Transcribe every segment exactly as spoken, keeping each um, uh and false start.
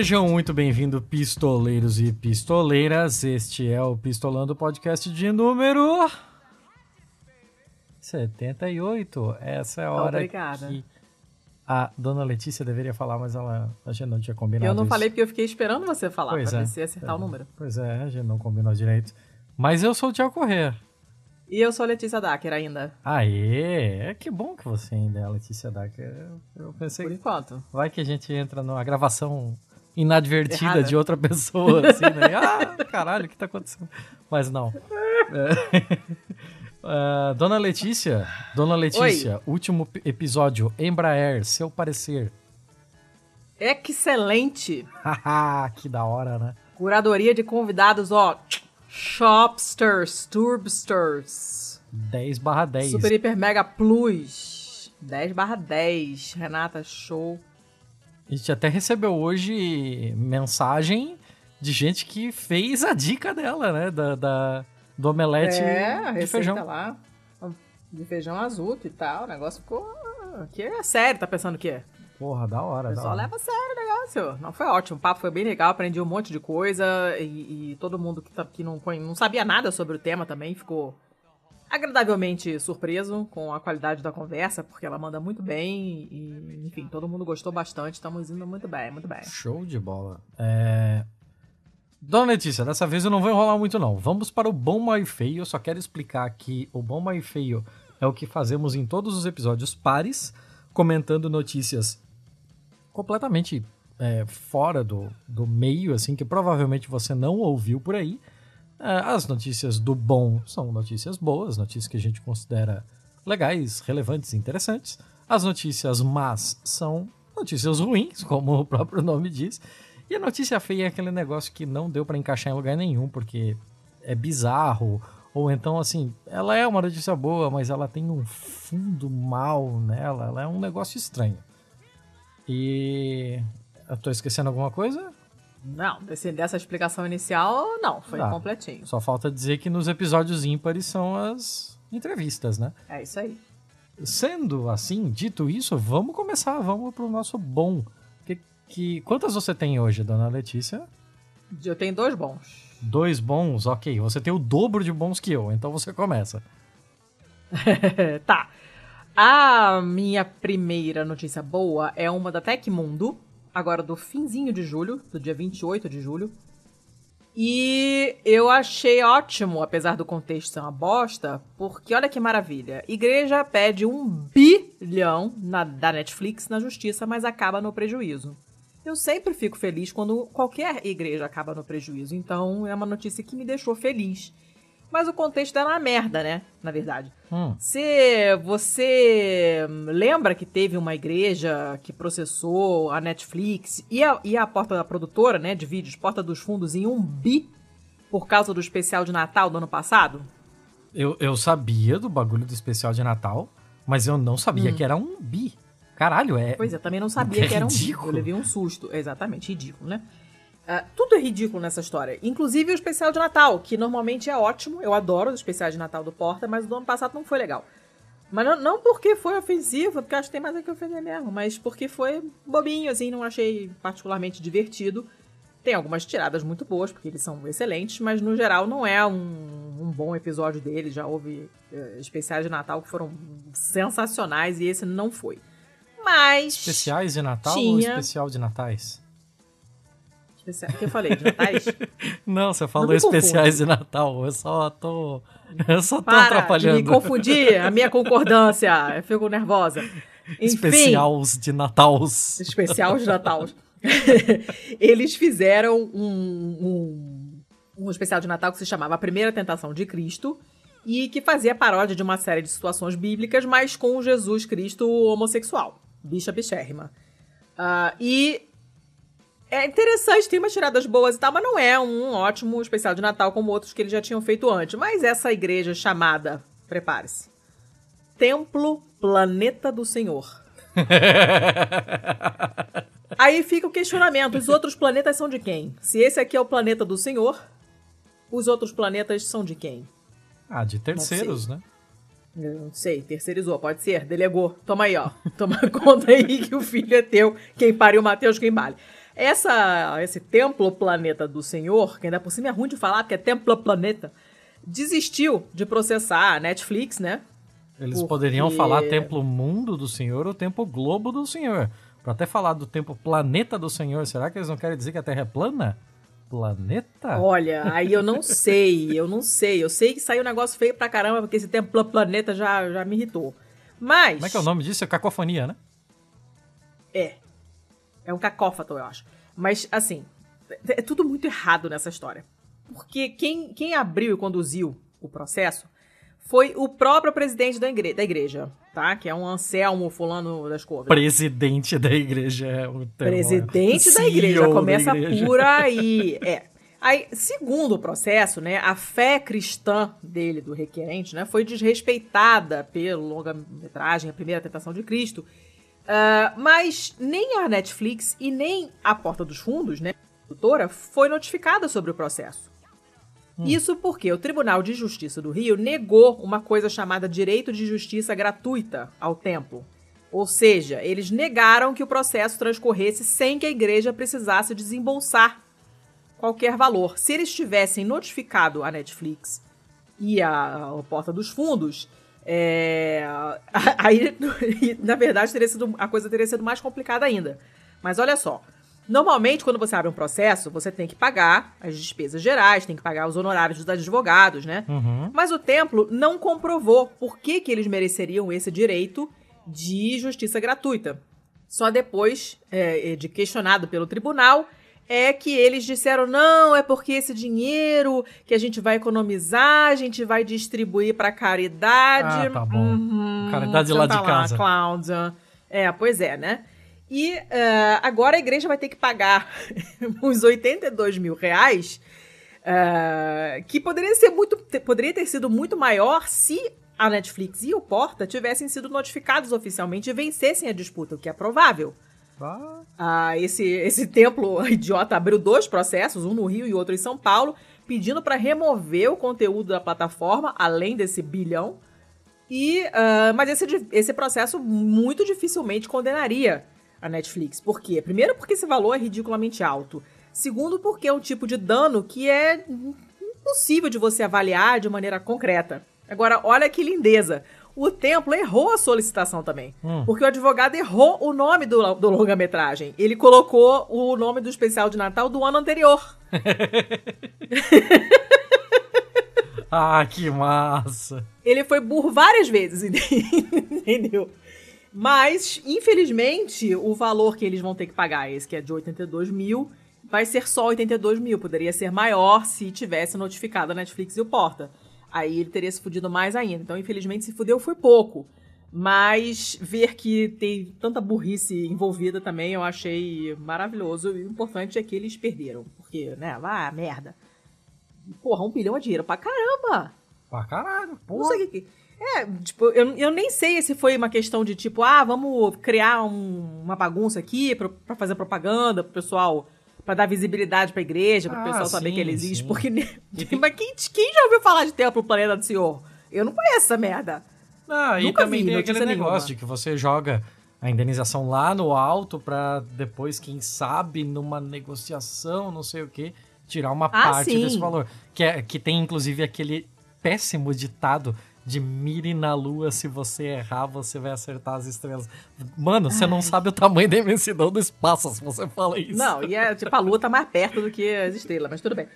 Sejam muito bem-vindos, pistoleiros e pistoleiras. Este é o Pistolando Podcast de número setenta e oito. Essa é a hora Obrigada. que a dona Letícia deveria falar, mas ela, a gente não tinha combinado Eu não isso. falei porque eu fiquei esperando você falar, Pois pra é, ver se ia acertar é. o número. Pois é, a gente não combinou direito. Mas eu sou o Thiago Corrêa. E eu sou a Letícia Dacker ainda, Aê, que bom que você ainda é a Letícia Dacker. Eu, eu pensei por que enquanto. vai que a gente entra numa gravação inadvertida Errada. de outra pessoa, assim, né? Ah, caralho, o que tá acontecendo? Mas não. É. Uh, Dona Letícia, Dona Letícia, Oi. Último p- episódio, Embraer, seu parecer. Excelente! Haha, que da hora, né? Curadoria de convidados, ó. Shopsters, Turbsters. dez barra dez. Super, hiper, mega plus. dez barra dez. Renata, show. A gente até recebeu hoje mensagem de gente que fez a dica dela, né? Da, da, do omelete É, a de receita feijão. lá. De feijão azul e tal. O negócio ficou... Que é sério, tá pensando o quê? Porra, da hora, O da pessoal hora. leva a sério o negócio. Não, foi ótimo. O papo foi bem legal, aprendi um monte de coisa. E, e todo mundo que, tá, que não, conhe- não sabia nada sobre o tema também ficou agradavelmente surpreso com a qualidade da conversa, porque ela manda muito bem. E, enfim, todo mundo gostou bastante. Estamos indo muito bem, muito bem. Show de bola. É... Dona Letícia, dessa vez eu não vou enrolar muito não. Vamos para o Bom, Mal e Feio. Eu só quero explicar que o Bom, Mal e Feio é o que fazemos em todos os episódios pares, comentando notícias completamente é, fora do, do meio, assim, que provavelmente você não ouviu por aí. É, as notícias do bom são notícias boas, notícias que a gente considera legais, relevantes e interessantes. As notícias más são notícias ruins, como o próprio nome diz. E a notícia feia é aquele negócio que não deu pra encaixar em lugar nenhum, porque é bizarro. Ou então, assim, ela é uma notícia boa, mas ela tem um fundo mal nela. Ela é um negócio estranho. E... eu tô esquecendo alguma coisa? Não, desse, dessa explicação inicial, não. Foi Ah. completinho. Só falta dizer que nos episódios ímpares são as entrevistas, né? É isso aí. Sendo assim, dito isso, vamos começar. Vamos pro nosso bom. Que, que, quantas você tem hoje, Dona Letícia? Eu tenho dois bons. Dois bons? Ok. Você tem o dobro de bons que eu, então você começa. Tá. A minha primeira notícia boa é uma da Tecmundo, agora do finzinho de julho, do dia vinte e oito de julho. E eu achei ótimo, apesar do contexto ser uma bosta, porque olha que maravilha. Igreja pede um bilhão na, da Netflix na justiça, mas acaba no prejuízo. Eu sempre fico feliz quando qualquer igreja acaba no prejuízo, então é uma notícia que me deixou feliz. Mas o contexto era uma merda, né? Na verdade. Hum. Se você lembra que teve uma igreja que processou a Netflix e a, e a porta da produtora, né, de vídeos, Porta dos Fundos, em um bi por causa do especial de Natal do ano passado? Eu, eu sabia do bagulho do especial de Natal, mas eu não sabia que era um bi. Caralho, é... Pois é, também não sabia é que era um bi. ridículo. Eu levei um susto. Exatamente, ridículo, né? Uh, tudo é ridículo nessa história. Inclusive o especial de Natal, que normalmente é ótimo. Eu adoro os especiais de Natal do Porta, mas o do ano passado não foi legal. Mas não, não porque foi ofensivo, porque eu acho que tem mais a que ofender mesmo, mas porque foi bobinho, assim, não achei particularmente divertido. Tem algumas tiradas muito boas, porque eles são excelentes, mas no geral não é um, um bom episódio deles. Já houve uh, especiais de Natal que foram sensacionais e esse não foi. Mas... Especiais de Natal tinha... ou especial de Natais? Especial... O que eu falei? De Natais? Não, você Não falou me especiais de Natal. Eu só tô... Eu só tô Para atrapalhando. de me confundir a minha concordância. Eu fico nervosa. Enfim, Especiais de Natals. especial de Natal. Eles fizeram um, um, um especial de Natal que se chamava A Primeira Tentação de Cristo e que fazia paródia de uma série de situações bíblicas, mas com o Jesus Cristo homossexual. Bicha bichérrima. Uh, e é interessante, tem umas tiradas boas e tal, mas não é um ótimo especial de Natal como outros que eles já tinham feito antes. Mas essa igreja chamada, prepare-se, Templo Planeta do Senhor. Aí fica o questionamento, os outros planetas são de quem? Se esse aqui é o planeta do Senhor, os outros planetas são de quem? Ah, de terceiros, né? Eu não sei, terceirizou, pode ser, delegou. Toma aí, ó. Toma conta aí que o filho é teu. Quem pariu, Mateus, quem vale. Essa, esse templo planeta do senhor, que ainda por cima é ruim de falar, porque é templo planeta, desistiu de processar a Netflix, né? Eles porque... poderiam falar templo mundo do senhor ou templo globo do senhor. Pra até falar do templo planeta do senhor, será que eles não querem dizer que a Terra é plana? Planeta? Olha, aí eu não sei, eu não sei. Eu sei que saiu um negócio feio pra caramba, porque esse templo planeta já, já me irritou. Mas... Como é que é o nome disso? É cacofonia, né? É. É um cacófato, eu acho. Mas, assim, é tudo muito errado nessa história. Porque quem, quem abriu e conduziu o processo foi o próprio presidente da, igre da igreja, tá? Que é um Anselmo fulano das couves. Presidente da igreja. É o presidente da igreja. Começa da igreja. Por aí. É. Aí, segundo o processo, né, a fé cristã dele, do requerente, né, foi desrespeitada pelo longa-metragem A Primeira Tentação de Cristo. Uh, mas nem a Netflix e nem a Porta dos Fundos, né, a produtora, foi notificada sobre o processo. Hum. Isso porque o Tribunal de Justiça do Rio negou uma coisa chamada direito de justiça gratuita ao templo. Ou seja, eles negaram que o processo transcorresse sem que a igreja precisasse desembolsar qualquer valor. Se eles tivessem notificado a Netflix e a, a Porta dos Fundos, é, aí, na verdade, teria sido, a coisa teria sido mais complicada ainda. Mas olha só, normalmente, quando você abre um processo, você tem que pagar as despesas gerais, tem que pagar os honorários dos advogados, né? Uhum. Mas o templo não comprovou por que, que eles mereceriam esse direito de justiça gratuita. Só depois é, de questionado pelo tribunal, é que eles disseram, não, é porque esse dinheiro que a gente vai economizar, a gente vai distribuir para caridade. Ah, tá bom. Uhum, Caridade lá de casa. Lá, Cláudia. É, pois é, né? E uh, agora a igreja vai ter que pagar uns oitenta e dois mil reais, uh, que poderia ser muito, poderia ter sido muito maior se a Netflix e o Porta tivessem sido notificados oficialmente e vencessem a disputa, o que é provável. Ah. Ah, esse, esse templo idiota abriu dois processos, um no Rio e outro em São Paulo, pedindo para remover o conteúdo da plataforma, além desse bilhão. E, uh, mas esse, esse processo muito dificilmente condenaria a Netflix. Por quê? Primeiro, porque esse valor é ridiculamente alto. Segundo, porque é um tipo de dano que é impossível de você avaliar de maneira concreta. Agora, olha que lindeza. O templo errou a solicitação também. Hum. Porque o advogado errou o nome do, do longa-metragem. Ele colocou o nome do especial de Natal do ano anterior. Ah, que massa! Ele foi burro várias vezes, entendeu? Mas, infelizmente, o valor que eles vão ter que pagar, esse que é de oitenta e dois mil, vai ser só oitenta e dois mil. Poderia ser maior se tivesse notificado a Netflix e o Porta. Aí ele teria se fudido mais ainda. Então, infelizmente, se fudeu foi pouco. Mas ver que tem tanta burrice envolvida também, eu achei maravilhoso. E o importante é que eles perderam. Porque, né, ah, merda. Porra, um bilhão é dinheiro pra caramba. Pra caralho, porra. Não sei o que... É, tipo, eu, eu nem sei se foi uma questão de tipo, ah, vamos criar um, uma bagunça aqui pra, pra fazer propaganda pro pessoal... Pra dar visibilidade pra igreja, pro ah, pessoal saber sim, que ele existe. Sim. Porque. E... Mas quem, quem já ouviu falar de Templo Planeta do Senhor? Eu não conheço essa merda. Ah, e também vi, tem aquele negócio de que você joga a indenização lá no alto pra depois, quem sabe, numa negociação, não sei o quê, tirar uma ah, parte sim. desse valor. Que, é, que tem, inclusive, aquele péssimo ditado de mire na lua, se você errar, você vai acertar as estrelas. Mano, você Ai. não sabe o tamanho da imensidão do espaço se você fala isso. Não, e é, tipo, a lua tá mais perto do que as estrelas, mas tudo bem.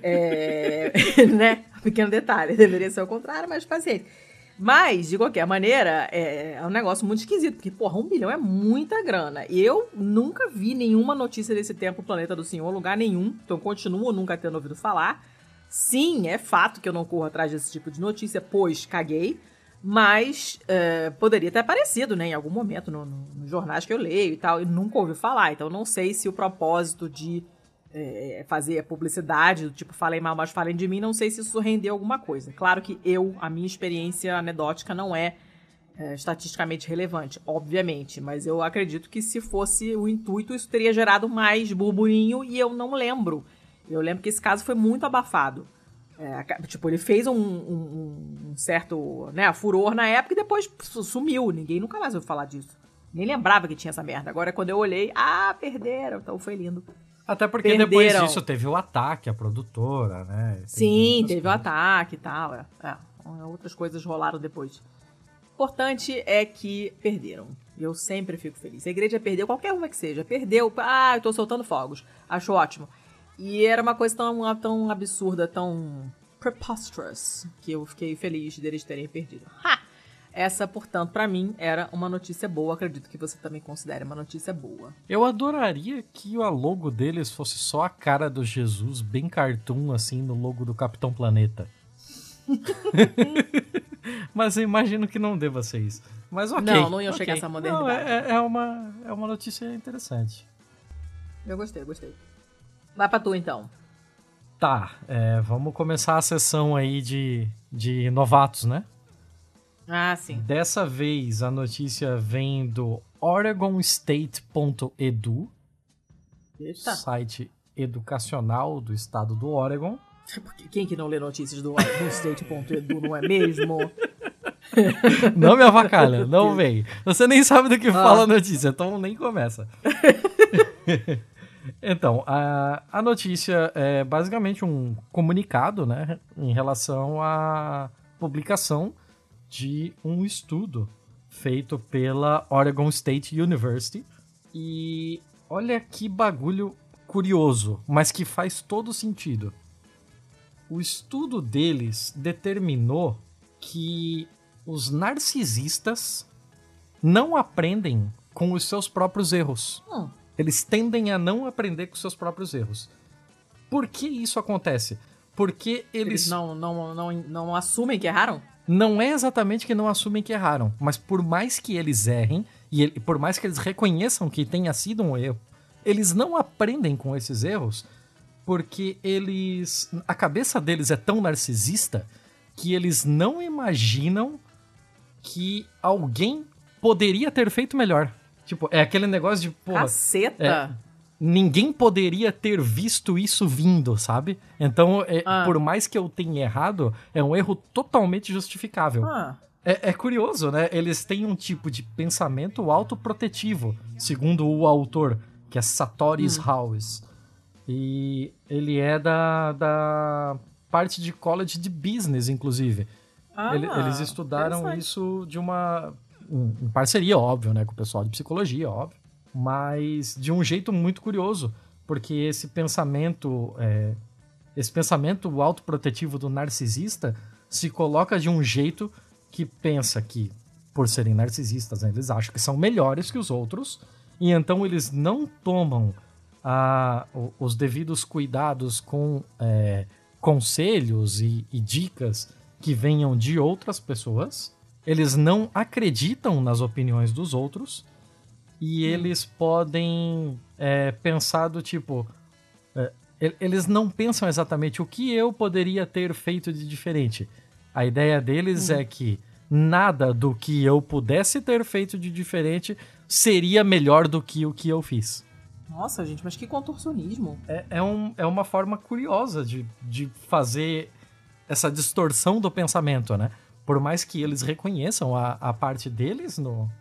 É, né? Pequeno detalhe, deveria ser o contrário, mas paciente. Mas, de qualquer maneira, é, é um negócio muito esquisito, porque, porra, um bilhão é muita grana. E eu nunca vi nenhuma notícia desse tempo, Planeta do Senhor, lugar nenhum, então continuo nunca tendo ouvido falar. Sim, é fato que eu não corro atrás desse tipo de notícia, pois caguei, mas é, poderia ter aparecido, né, em algum momento no, no, nos jornais que eu leio e tal, e nunca ouvi falar. Então não sei se o propósito de é, fazer a publicidade, do tipo, falem mal, mas falem de mim, não sei se isso rendeu alguma coisa. Claro que eu, a minha experiência anedótica não é, é estatisticamente relevante, obviamente, mas eu acredito que se fosse o intuito, isso teria gerado mais burburinho e eu não lembro. Eu lembro que esse caso foi muito abafado. É, tipo, ele fez um, um, um certo, né, furor na época e depois sumiu. Ninguém nunca mais ouviu falar disso. Nem lembrava que tinha essa merda. Agora, quando eu olhei, ah, perderam. Então foi lindo. Até porque Perderam. Depois disso teve o ataque à produtora, né? Teve Sim, teve o coisas. ataque e tal. É, é. Outras coisas rolaram depois. O importante é que perderam. E eu sempre fico feliz. A igreja perdeu, qualquer uma que seja. Perdeu, ah, eu tô soltando fogos. Acho ótimo. E era uma coisa tão, tão absurda, tão preposterous, que eu fiquei feliz deles terem perdido. Ha! Essa, portanto, pra mim, era uma notícia boa. Acredito que você também considere uma notícia boa. Eu adoraria que a logo deles fosse só a cara do Jesus, bem cartoon, assim, no logo do Capitão Planeta. Mas eu imagino que não deva ser isso. Mas ok. Não, não iam okay. chegar a essa modernidade. Não, é, é, uma, é uma notícia interessante. Eu gostei, gostei. Vai pra tu, então. Tá, é, vamos começar a sessão aí de, de novatos, né? Ah, sim. Dessa vez a notícia vem do oregon state ponto e d u, Eita. site educacional do estado do Oregon. Quem que não lê notícias do state ponto e d u, não é mesmo? Não me avacalha, não vem. Você nem sabe do que ah. fala a notícia, então nem começa. Então, a, a notícia é basicamente um comunicado, né, em relação à publicação de um estudo feito pela Oregon State University. E olha que bagulho curioso, mas que faz todo sentido. O estudo deles determinou que os narcisistas não aprendem com os seus próprios erros. Hum. Eles tendem a não aprender com seus próprios erros. Por que isso acontece? Porque eles... Eles não, não, não, não assumem que erraram? Não é exatamente que não assumem que erraram, mas por mais que eles errem, e ele, por mais que eles reconheçam que tenha sido um erro, eles não aprendem com esses erros porque eles... A cabeça deles é tão narcisista que eles não imaginam que alguém poderia ter feito melhor. Tipo, é aquele negócio de, porra... Caceta! É, ninguém poderia ter visto isso vindo, sabe? Então, é, ah. por mais que eu tenha errado, é um erro totalmente justificável. Ah. É, é curioso, né? Eles têm um tipo de pensamento autoprotetivo, segundo o autor, que é Satoshi hum. House. E ele é da, da parte de college de business, inclusive. Ah, ele, eles estudaram isso de uma... em parceria, óbvio, né? Com o pessoal de psicologia, óbvio. Mas de um jeito muito curioso, porque esse pensamento, é, esse pensamento autoprotetivo do narcisista se coloca de um jeito que pensa que, por serem narcisistas, né, eles acham que são melhores que os outros, e então eles não tomam ah, os devidos cuidados com é, conselhos e, e dicas que venham de outras pessoas, eles não acreditam nas opiniões dos outros, e eles podem é, pensar do tipo... É, eles não pensam exatamente o que eu poderia ter feito de diferente. A ideia deles hum. é que nada do que eu pudesse ter feito de diferente seria melhor do que o que eu fiz. Nossa, gente, mas que contorcionismo. É, é, um, é uma forma curiosa de, de fazer essa distorção do pensamento, né? Por mais que eles reconheçam a, a parte deles no...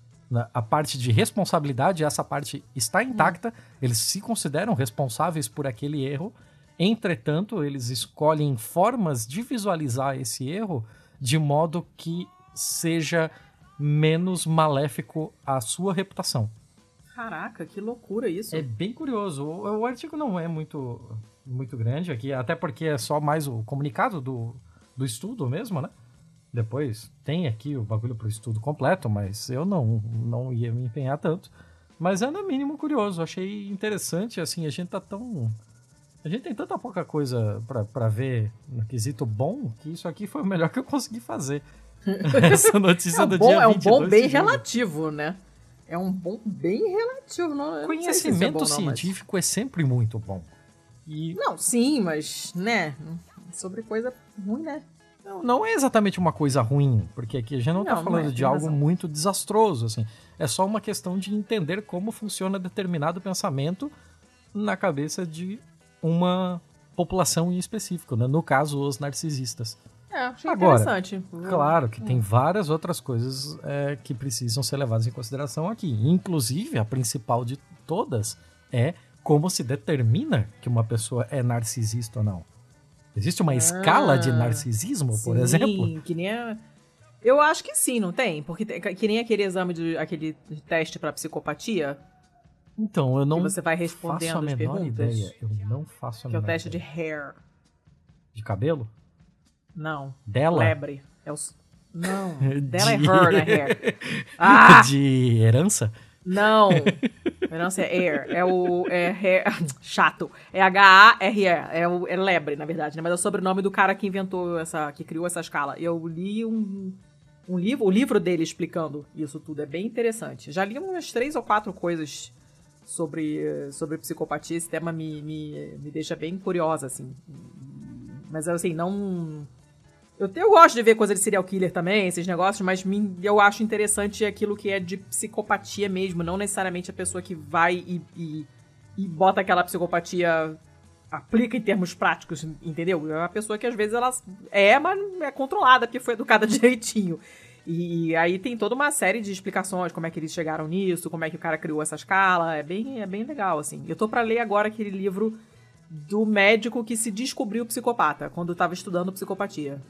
a parte de responsabilidade, essa parte está intacta, hum. eles se consideram responsáveis por aquele erro, entretanto, eles escolhem formas de visualizar esse erro de modo que seja menos maléfico à sua reputação. Caraca, que loucura isso. É bem curioso. O, o artigo não é muito, muito grande aqui, até porque é só mais o comunicado do, do estudo mesmo, né? Depois tem aqui o bagulho pro estudo completo, mas eu não, não ia me empenhar tanto. Mas é no mínimo curioso, achei interessante, assim, a gente tá tão... A gente tem tanta pouca coisa pra, pra ver no quesito bom, que isso aqui foi o melhor que eu consegui fazer. Essa notícia é um do bom, dia É um vinte e dois bom bem de julho. relativo, né? É um bom bem relativo. Não, Conhecimento não se é bom, não, científico mas... é sempre muito bom. E... Não, sim, mas, né, sobre coisa ruim, né? Não, não é exatamente uma coisa ruim, porque aqui a gente não, não tá falando não é, de algo razão. muito desastroso, assim. É só uma questão de entender como funciona determinado pensamento na cabeça de uma população em específico, né? No caso, os narcisistas. É, achei Agora, interessante. claro que hum. tem várias outras coisas é, que precisam ser levadas em consideração aqui. Inclusive, a principal de todas é como se determina que uma pessoa é narcisista ou não. Existe uma ah, escala de narcisismo, sim, por exemplo? Sim, que nem a... Eu acho que sim, não tem? Porque tem, que nem aquele exame, de aquele teste pra psicopatia. Então, eu não que você vai respondendo faço a as menor perguntas, ideia. Eu não faço a que menor é o teste ideia. de hair. De cabelo? Não. Dela? Lebre. É o... Não. De... Dela é her, né? Hair. Ah! De herança? Não. Herança é air. É o... É hair... Chato. É H A R E. É, o, é lebre, na verdade, né? Mas é o sobrenome do cara que inventou essa... Que criou essa escala. Eu li um... Um livro... O livro dele explicando isso tudo. É bem interessante. Já li umas três ou quatro coisas sobre, sobre psicopatia. Esse tema me, me, me deixa bem curiosa, assim. Mas, assim, não... Eu, eu gosto de ver coisa de serial killer também, esses negócios, mas me, eu acho interessante aquilo que é de psicopatia mesmo, não necessariamente a pessoa que vai e, e, e bota aquela psicopatia, aplica em termos práticos, entendeu? É uma pessoa que às vezes ela é, mas é controlada, porque foi educada direitinho. E aí tem toda uma série de explicações, como é que eles chegaram nisso, como é que o cara criou essa escala, é bem, é bem legal, assim. Eu tô pra ler agora aquele livro do médico que se descobriu psicopata, quando tava estudando psicopatia.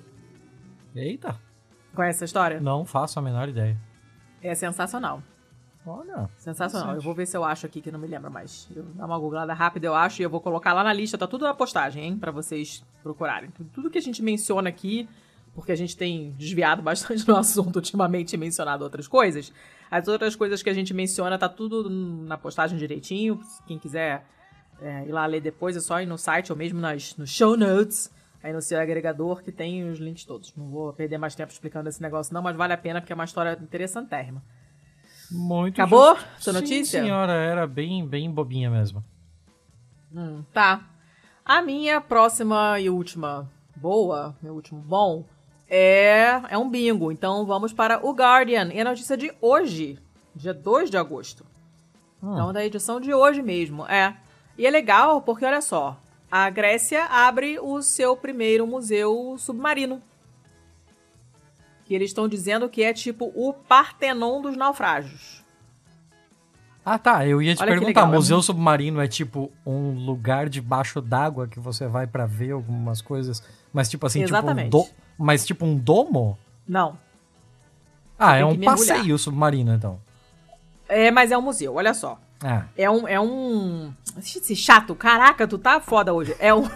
Eita. Conhece essa história? Não faço a menor ideia. É sensacional. Olha. Sensacional. Eu vou ver se eu acho aqui, que não me lembro mais. Eu dou uma googlada rápida, eu acho, e eu vou colocar lá na lista. Tá tudo na postagem, hein? Pra vocês procurarem. Tudo que a gente menciona aqui, porque a gente tem desviado bastante do assunto ultimamente e mencionado outras coisas. As outras coisas que a gente menciona, tá tudo na postagem direitinho. Quem quiser é, ir lá ler depois, é só ir no site ou mesmo nas, nos show notes. Aí no seu agregador que tem os links todos. Não vou perder mais tempo explicando esse negócio não, mas vale a pena porque é uma história interessantérrima. Muito Acabou justo. sua notícia? Sim, senhora, era bem, bem bobinha mesmo. Hum, tá. A minha próxima e última boa, meu último bom, é, é um bingo. Então vamos para o Guardian. E a notícia de hoje, dia dois de agosto. Hum. Então da edição de hoje mesmo, é. E é legal porque, olha só, a Grécia abre o seu primeiro museu submarino. Que eles estão dizendo que é tipo o Partenon dos naufrágios. Ah, tá. Eu ia te Olha perguntar, legal, museu é um... submarino é tipo um lugar debaixo d'água que você vai pra ver algumas coisas, mas tipo assim, Exatamente. tipo um do... mas tipo um domo? Não. Ah, é um passeio submarino, então. É, mas é um museu, olha só. Ah. É um... É um... Esse chato, caraca, tu tá foda hoje. É um...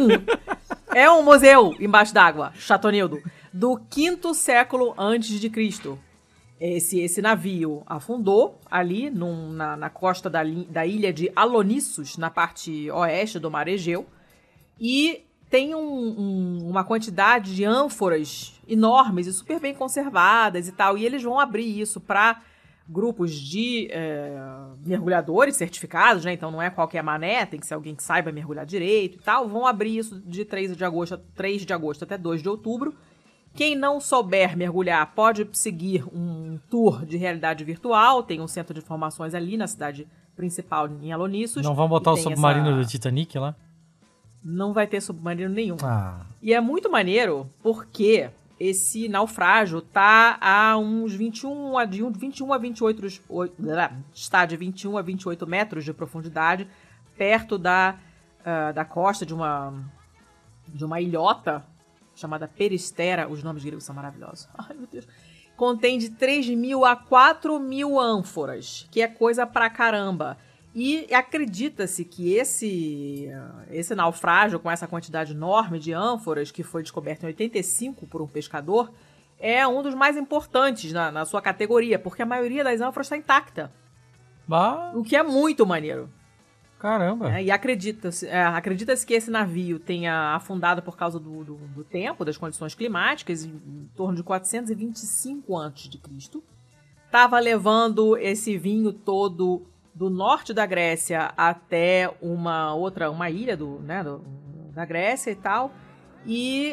é um museu embaixo d'água, Chatonildo, do quinto século antes de Cristo. Esse, esse navio afundou ali num, na, na costa da, da ilha de Alonissos, na parte oeste do Mar Egeu, e tem um, um, uma quantidade de ânforas enormes e super bem conservadas e tal, e eles vão abrir isso para grupos de é, mergulhadores certificados, né? Então não é qualquer mané, tem que ser alguém que saiba mergulhar direito e tal. Vão abrir isso de três de agosto, três de agosto até dois de outubro. Quem não souber mergulhar pode seguir um tour de realidade virtual. Tem um centro de informações ali na cidade principal, em Alonissos. Não vão botar o submarino essa... do Titanic lá? Não vai ter submarino nenhum. Ah. E é muito maneiro porque esse naufrágio tá a uns vinte e um a, de vinte e um a vinte e oito... Está de vinte e um a vinte e oito metros de profundidade, perto da, uh, da costa de uma, de uma ilhota chamada Peristera. Os nomes gregos são maravilhosos. Ai, meu Deus. Contém de três mil a quatro mil ânforas, que é coisa pra caramba. E acredita-se que esse, esse naufrágio, com essa quantidade enorme de ânforas, que foi descoberto em oitenta e cinco por um pescador, é um dos mais importantes na, na sua categoria, porque a maioria das ânforas está intacta. Bah. O que é muito maneiro. Caramba. É, e acredita-se é, acredita-se que esse navio tenha afundado por causa do, do, do tempo, das condições climáticas, em, em torno de quatrocentos e vinte e cinco antes de Cristo. Estava levando esse vinho todo do norte da Grécia até uma outra, uma ilha do, né, do, da Grécia e tal. E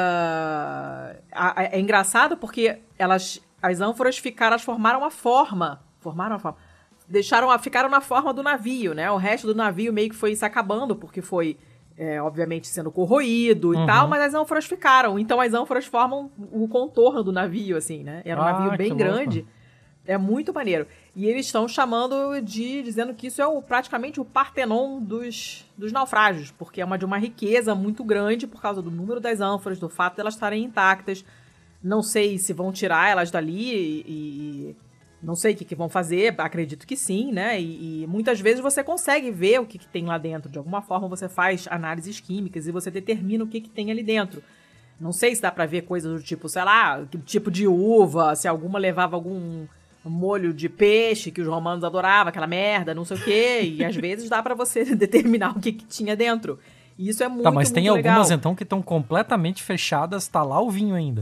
uh, a, a, é engraçado porque elas, as ânforas ficaram, elas formaram uma forma, formaram uma forma, deixaram, ficaram na forma do navio, né? O resto do navio meio que foi se acabando porque foi é, obviamente sendo corroído e Uhum. tal, mas as ânforas ficaram. Então as ânforas formam o contorno do navio, assim, né? Era um Ah, navio que bem louco. grande. É muito maneiro. E eles estão chamando de... dizendo que isso é o, praticamente o Partenon dos, dos naufrágios, porque é uma de uma riqueza muito grande por causa do número das ânforas, do fato de elas estarem intactas. Não sei se vão tirar elas dali e... e não sei o que, que vão fazer, acredito que sim, né? E, e muitas vezes você consegue ver o que, que tem lá dentro. De alguma forma você faz análises químicas e você determina o que, que tem ali dentro. Não sei se dá pra ver coisas do tipo, sei lá, que tipo de uva, se alguma levava algum molho de peixe que os romanos adoravam, aquela merda, não sei o quê. E às vezes dá pra você determinar o que, que tinha dentro. E isso é muito, Tá, mas muito tem legal. algumas então que estão completamente fechadas, tá lá o vinho ainda.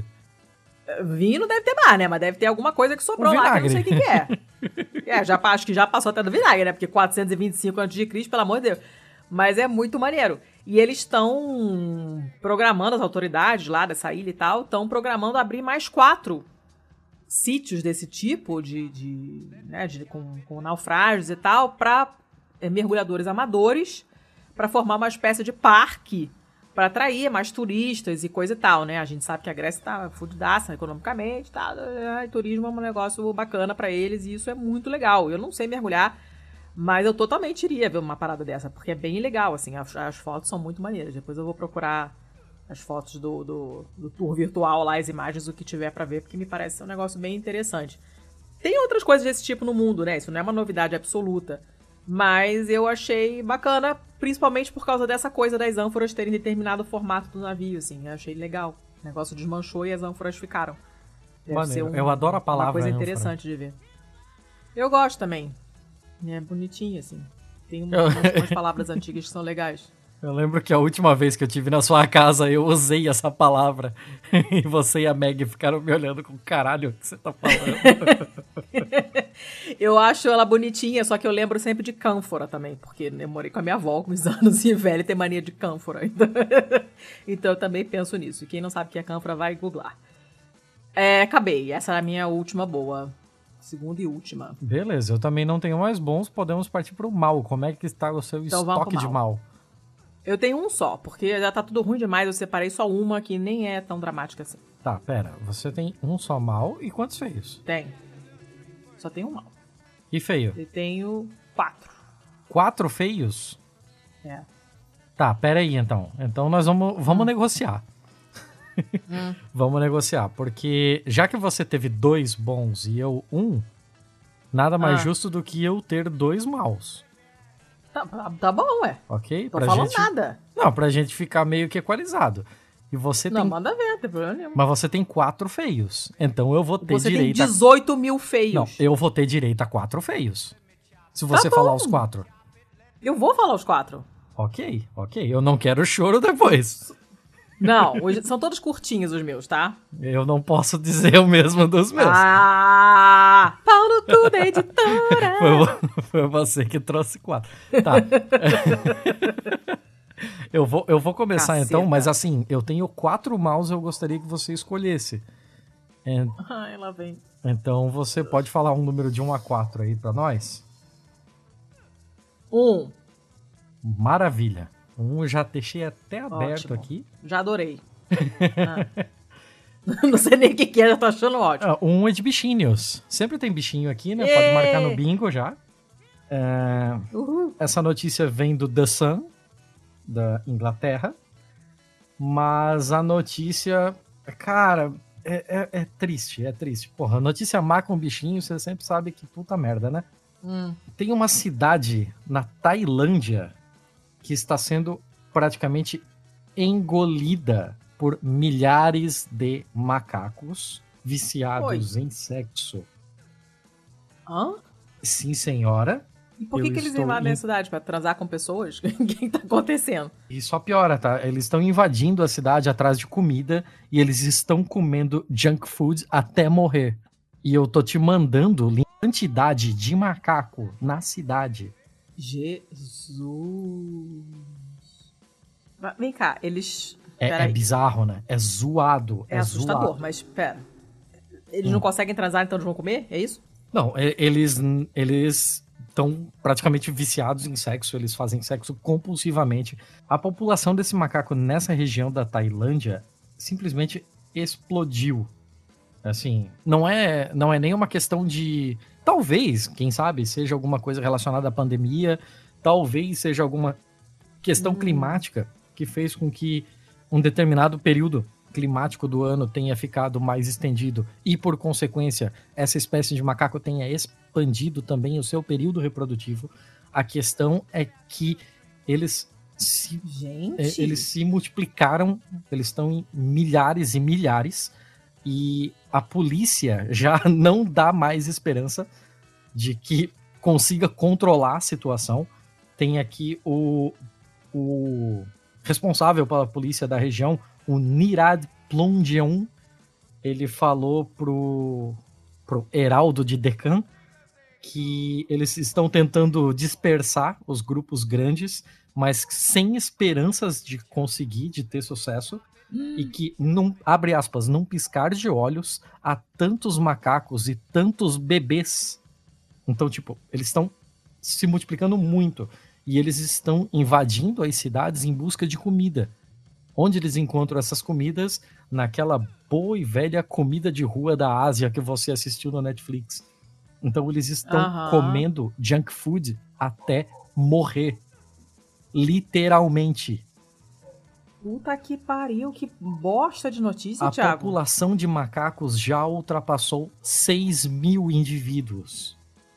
Vinho não deve ter mais, né? Mas deve ter alguma coisa que sobrou O lá que eu não sei o vinagre. que, que é. É, já, acho que já passou até do vinagre, né? Porque quatrocentos e vinte e cinco antes de Cristo, pelo amor de Deus. Mas é muito maneiro. E eles estão programando, as autoridades lá dessa ilha e tal, estão programando abrir mais quatro sítios desse tipo, de, de, né, de com, com naufrágios e tal, para é, mergulhadores amadores, para formar uma espécie de parque para atrair mais turistas e coisa e tal, né? A gente sabe que a Grécia tá fudidaça economicamente, tá? E turismo é um negócio bacana para eles e isso é muito legal. Eu não sei mergulhar, mas eu totalmente iria ver uma parada dessa, porque é bem legal, assim, as, as fotos são muito maneiras. Depois eu vou procurar as fotos do, do, do tour virtual lá, as imagens, o que tiver para ver, porque me parece ser um negócio bem interessante. Tem outras coisas desse tipo no mundo, né? Isso não é uma novidade absoluta. Mas eu achei bacana, principalmente por causa dessa coisa das ânforas terem determinado o formato do navio, assim. Eu achei legal. O negócio desmanchou e as ânforas ficaram. Deve ser Maneiro. um- Eu adoro a palavra uma coisa ânfora. interessante de ver. Eu gosto também. É bonitinho, assim. Tem um- Eu- umas, umas palavras antigas que são legais. Eu lembro que a última vez que eu tive na sua casa, eu usei essa palavra. E você e a Meg ficaram me olhando com caralho o que você tá falando. Eu acho ela bonitinha, só que eu lembro sempre de cânfora também, porque eu morei com a minha avó alguns anos e velha tem mania de cânfora. Então, então eu também penso nisso. E quem não sabe o que é cânfora, vai googlar. É, acabei. Essa é a minha última boa. Segunda e última. Beleza, eu também não tenho mais bons, podemos partir pro mal. Como é que está o seu Então vamos estoque pro de mal? Eu tenho um só, porque já tá tudo ruim demais. Eu separei só uma que nem é tão dramática assim. Tá, pera, você tem um só mal e quantos feios? Tem. Só tenho um mal. E feio? Eu tenho quatro. Quatro feios? É. Tá, pera aí então. Então nós vamos, vamos negociar. Hum. Vamos negociar, porque já que você teve dois bons e eu um, nada mais Ah. justo do que eu ter dois maus, Tá, tá- tá bom, ué. ok? Tô falando nada. Não, pra gente ficar meio que equalizado. E você Não, tem... manda ver, não tem problema nenhum. Mas você tem quatro feios. Então eu vou ter Você tem direito a... dezoito mil feios. Não, eu vou ter direito a quatro feios. Se você Tá falar bom. os quatro. Eu vou falar os quatro. Ok, ok. Eu não quero choro depois. Não, os- são todos curtinhos os meus, tá? Eu não posso dizer o mesmo dos meus. Ah! Pau no cu da editora! Foi, vo- foi você que trouxe quatro. Tá. eu, vou, eu vou começar Caceta. então, mas assim, eu tenho quatro maus, eu gostaria que você escolhesse. En- Ai, lá vem. Então você pode falar um número de um a quatro aí pra nós? Um. Maravilha. Um eu já deixei até aberto Ótimo. aqui. Já adorei. Ah. Não sei nem o que que é, já tô achando ótimo. Ah, um é de bichinhos. Sempre tem bichinho aqui, né? Pode Ê! marcar no bingo já. É, Uhul. essa notícia vem do The Sun, da Inglaterra. Mas a notícia... Cara, é, é- é triste, é triste. Porra, notícia má com bichinho, você sempre sabe que puta merda, né? Hum. Tem uma cidade na Tailândia que está sendo praticamente engolida por milhares de macacos viciados em sexo. Hã? Sim, senhora. E por que, Eu que eles estou invadem em- a cidade? Pra transar com pessoas? O que que tá acontecendo? E só piora, tá? Eles estão invadindo a cidade atrás de comida e eles estão comendo junk food até morrer. E eu tô te mandando quantidade de macaco na cidade. Jesus. Mas, vem cá, eles... É, é Peraí. bizarro, né? É zoado. É, É, assustador, zoado. mas pera. Eles Hum. não conseguem transar, então eles vão comer? É isso? Não, e- eles eles estão praticamente viciados em sexo, eles fazem sexo compulsivamente. A população desse macaco nessa região da Tailândia simplesmente explodiu. Assim, não é, não é nem uma questão de... Talvez, quem sabe, seja alguma coisa relacionada à pandemia, talvez seja alguma questão hum. climática que fez com que um determinado período climático do ano tenha ficado mais estendido e, por consequência, essa espécie de macaco tenha expandido também o seu período reprodutivo. A questão é que eles se, Gente. eles se multiplicaram, eles estão em milhares e milhares, e a polícia já não dá mais esperança de que consiga controlar a situação. Tem aqui o, o responsável pela polícia da região, o Nirad Plongeon. Ele falou pro, pro Heraldo de Deccan que eles estão tentando dispersar os grupos grandes, mas sem esperanças de conseguir, de ter sucesso. Hum. E que, num, abre aspas, num piscar de olhos, há tantos macacos e tantos bebês. Então, tipo, eles estão se multiplicando muito. E eles estão invadindo as cidades em busca de comida. Onde eles encontram essas comidas? Naquela boa e velha comida de rua da Ásia que você assistiu no Netflix. Então eles estão uhum. comendo junk food até morrer. Literalmente. Puta que pariu, que bosta de notícia, A Thiago. A população de macacos já ultrapassou seis mil indivíduos.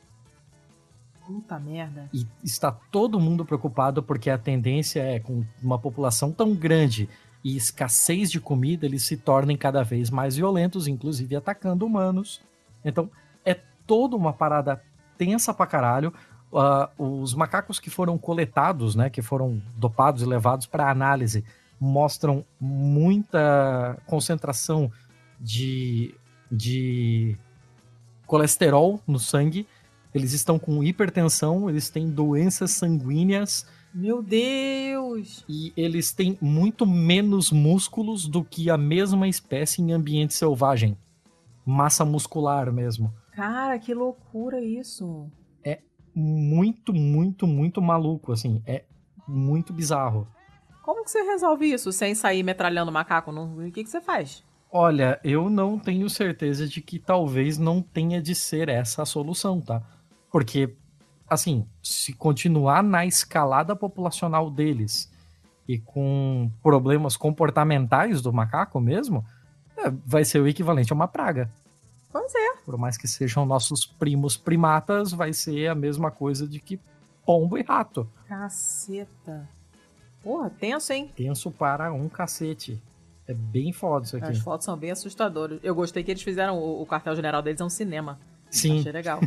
Puta merda. E está todo mundo preocupado porque a tendência é, com uma população tão grande e escassez de comida, eles se tornem cada vez mais violentos, inclusive atacando humanos. Então, é toda uma parada tensa pra caralho. Uh, os macacos que foram coletados, né, que foram dopados e levados para análise, mostram muita concentração de, de colesterol no sangue. Eles estão com hipertensão, eles têm doenças sanguíneas. Meu Deus! E eles têm muito menos músculos do que a mesma espécie em ambiente selvagem. Massa muscular mesmo. Cara, que loucura isso! É muito, muito, muito maluco, assim. É muito bizarro. Como que você resolve isso sem sair metralhando macaco? O que que você faz? Olha, eu não tenho certeza de que talvez não tenha de ser essa a solução, tá? Porque, assim, se continuar na escalada populacional deles e com problemas comportamentais do macaco mesmo, é, vai ser o equivalente a uma praga. Pois é. Por mais que sejam nossos primos primatas, vai ser a mesma coisa de que pombo e rato. Caceta. Porra, tenso, hein? Tenso para um cacete. É bem foda isso aqui. As fotos são bem assustadoras. Eu gostei que eles fizeram, o, o quartel-general deles é um cinema. Sim. Achei legal.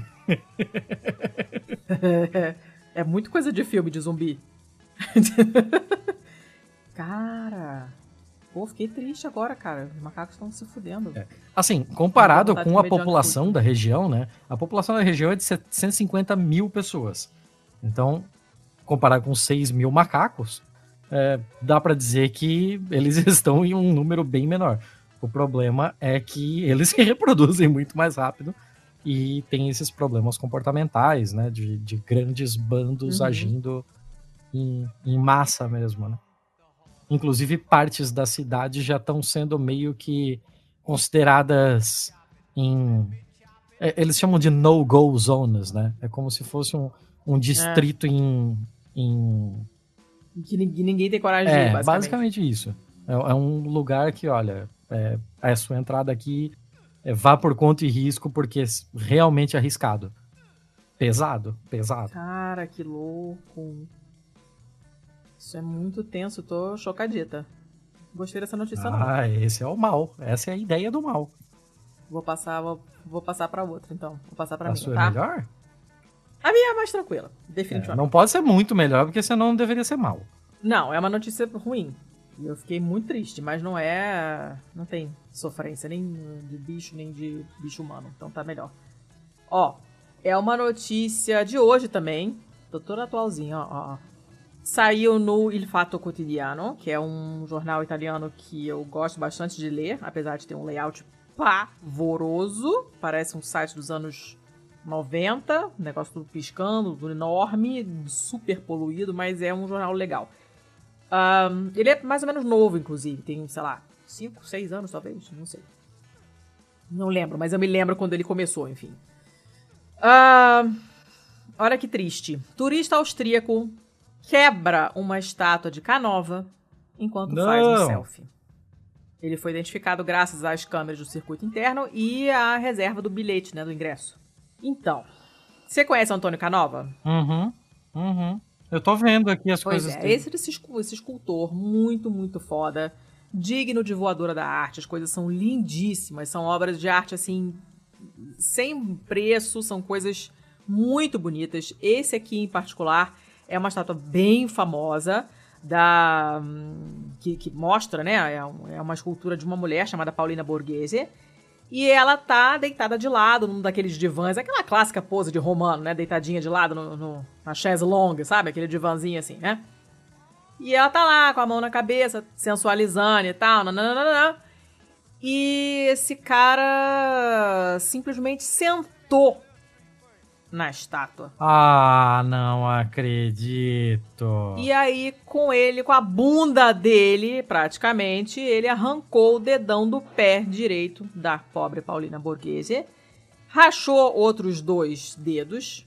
é, é muito coisa de filme de zumbi. Cara... Pô, fiquei triste agora, cara. Os macacos estão se fudendo. É. Assim, comparado com a população da região, né? A população da região é de setecentos e cinquenta mil pessoas. Então, comparado com seis mil macacos, é, dá pra dizer que eles estão em um número bem menor. O problema é que eles se reproduzem muito mais rápido e tem esses problemas comportamentais, né? De, de grandes bandos uhum. agindo em, em massa mesmo, né? Inclusive, partes da cidade já estão sendo meio que consideradas em... Eles chamam de no-go zones, né? É como se fosse um, um distrito é. em, em... Que ninguém tem coragem de é, ir, basicamente. basicamente isso. É, é um lugar que, olha, é, a sua entrada aqui é, vá por conta e risco, porque é realmente arriscado. Pesado, pesado. Cara, que louco. Isso é muito tenso, tô chocadita. Gostei dessa notícia, ah, não. Ah, esse é o mal. Essa é a ideia do mal. Vou passar, vou, vou passar pra outra, então. Vou passar pra a mim, sua tá? é melhor? A minha é mais tranquila, definitivamente. É, não pode ser muito melhor, porque senão não deveria ser mal. Não, é uma notícia ruim. E eu fiquei muito triste, mas não é... Não tem sofrência nem de bicho, nem de bicho humano. Então tá melhor. Ó, é uma notícia de hoje também. Tô toda atualzinha, ó, ó. Saiu no Il Fatto Quotidiano, que é um jornal italiano que eu gosto bastante de ler, apesar de ter um layout pavoroso. Parece um site dos anos noventa, negócio tudo piscando, tudo enorme, super poluído, mas é um jornal legal. Um, ele é mais ou menos novo, inclusive, tem, sei lá, cinco, seis anos talvez, não sei. Não lembro, mas eu me lembro quando ele começou, enfim. Uh, olha que triste. Turista austríaco quebra uma estátua de Canova enquanto Não. faz um selfie. Ele foi identificado graças às câmeras do circuito interno e à reserva do bilhete, né, do ingresso. Então, você conhece o Antônio Canova? Uhum, uhum. Eu tô vendo aqui as Pois coisas é, dele. esse, esse, esse escultor muito, muito foda, digno de voadora da arte, as coisas são lindíssimas, são obras de arte, assim, sem preço, são coisas muito bonitas. Esse aqui, em particular, é uma estátua bem famosa, da que, que mostra, né, é, um, é uma escultura de uma mulher chamada Paulina Borghese, e ela tá deitada de lado num daqueles divãs, aquela clássica pose de romano, né, deitadinha de lado no, no, na chaise longue, sabe, aquele divãzinho assim, né, e ela tá lá com a mão na cabeça, sensualizando e tal, nananana, e esse cara simplesmente sentou na estátua. Ah, não acredito. E aí, com ele, com a bunda dele, praticamente, ele arrancou o dedão do pé direito da pobre Paulina Borghese, rachou outros dois dedos,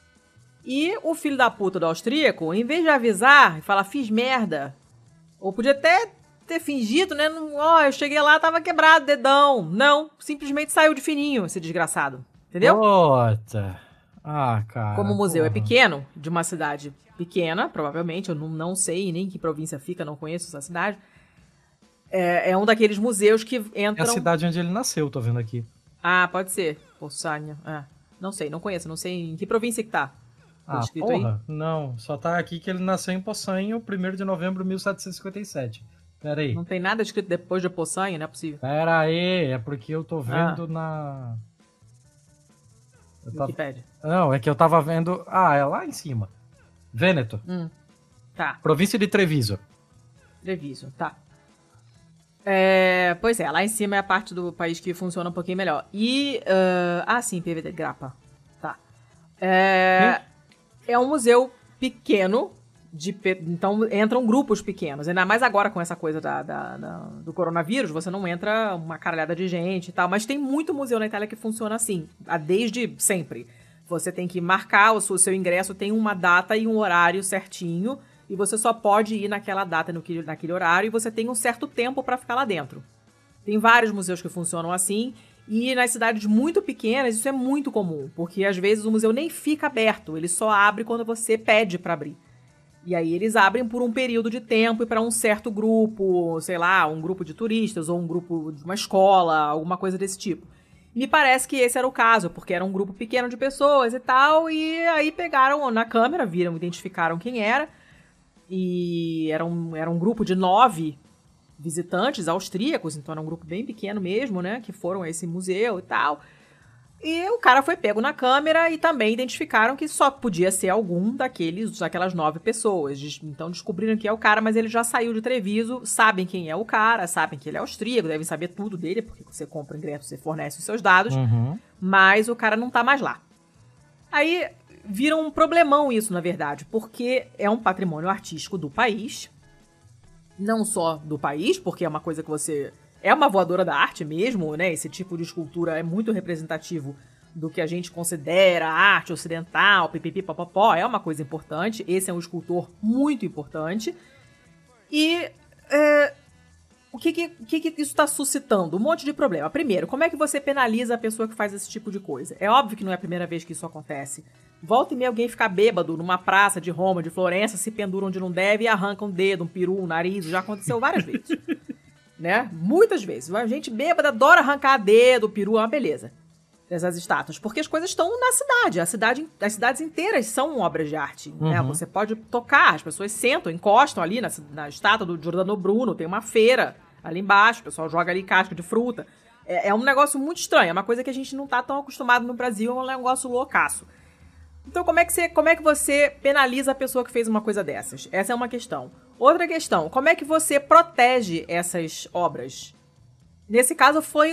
e o filho da puta do austríaco, em vez de avisar e falar, fiz merda, ou podia até ter fingido, né, ó, oh, eu cheguei lá, tava quebrado o dedão. Não, simplesmente saiu de fininho, esse desgraçado, entendeu? Puta. Ah, cara. Como o museu porra. é pequeno, de uma cidade pequena, provavelmente, eu não, não sei nem que província fica, não conheço essa cidade. É, é um daqueles museus que entram... É a cidade onde ele nasceu, tô vendo aqui. Ah, pode ser. Poçanha. É. Não sei, não conheço, não sei em que província que tá. Tá Ah, escrito porra. aí? Não, só tá aqui que ele nasceu em Poçanho, primeiro de novembro de mil setecentos e cinquenta e sete. Pera aí. Não tem nada escrito depois de Poçanha, não é possível. Pera aí, é porque eu tô vendo Ah. na... Eu tava... Wikipédia. Não, é que eu tava vendo... Ah, é lá em cima. Vêneto. Hum. Tá. Província de Treviso. Treviso, tá. É, pois é, lá em cima é a parte do país que funciona um pouquinho melhor. E... Uh, ah, sim, P V D Grappa. Tá. É, é um museu pequeno, de, então entram grupos pequenos. Ainda mais agora com essa coisa da, da, da, do coronavírus, você não entra uma caralhada de gente e tal. Mas tem muito museu na Itália que funciona assim, desde sempre. Você tem que marcar o seu, o seu ingresso, tem uma data e um horário certinho, e você só pode ir naquela data, no, naquele horário, e você tem um certo tempo para ficar lá dentro. Tem vários museus que funcionam assim, e nas cidades muito pequenas isso é muito comum, porque às vezes o museu nem fica aberto, ele só abre quando você pede para abrir. E aí eles abrem por um período de tempo e para um certo grupo, sei lá, um grupo de turistas ou um grupo de uma escola, alguma coisa desse tipo. Me parece que esse era o caso, porque era um grupo pequeno de pessoas e tal, e aí pegaram na câmera, viram, identificaram quem era, e era um, era um grupo de nove visitantes austríacos, então era um grupo bem pequeno mesmo, né, que foram a esse museu e tal. E o cara foi pego na câmera e também identificaram que só podia ser algum daqueles, daquelas nove pessoas. Então descobriram que é o cara, mas ele já saiu de Treviso, sabem quem é o cara, sabem que ele é austríaco, devem saber tudo dele, porque você compra o ingresso, você fornece os seus dados, Uhum. mas o cara não tá mais lá. Aí vira um problemão isso, na verdade, porque é um patrimônio artístico do país, não só do país, porque é uma coisa que você... É uma voadora da arte mesmo, né? Esse tipo de escultura é muito representativo do que a gente considera arte ocidental, pipipi, papapó, é uma coisa importante. Esse é um escultor muito importante. E é, o que, que, que, que isso está suscitando? Um monte de problema. Primeiro, como é que você penaliza a pessoa que faz esse tipo de coisa? É óbvio que não é a primeira vez que isso acontece. Volta e meia alguém ficar bêbado numa praça de Roma, de Florença, se pendura onde não deve e arranca um dedo, um peru, um nariz. Já aconteceu várias vezes. Né? Muitas vezes. A gente bêbada adora arrancar dedo, peru, é uma beleza. Dessas estátuas. Porque as coisas estão na cidade. A cidade. As cidades inteiras são obras de arte. Uhum. Né? Você pode tocar, as pessoas sentam, encostam ali na, na estátua do Giordano Bruno, tem uma feira ali embaixo, o pessoal joga ali casca de fruta. É, é um negócio muito estranho. É uma coisa que a gente não tá tão acostumado no Brasil, é um negócio loucaço. Então, como é, que você, como é que você penaliza a pessoa que fez uma coisa dessas? Essa é uma questão. Outra questão, como é que você protege essas obras? Nesse caso, foi um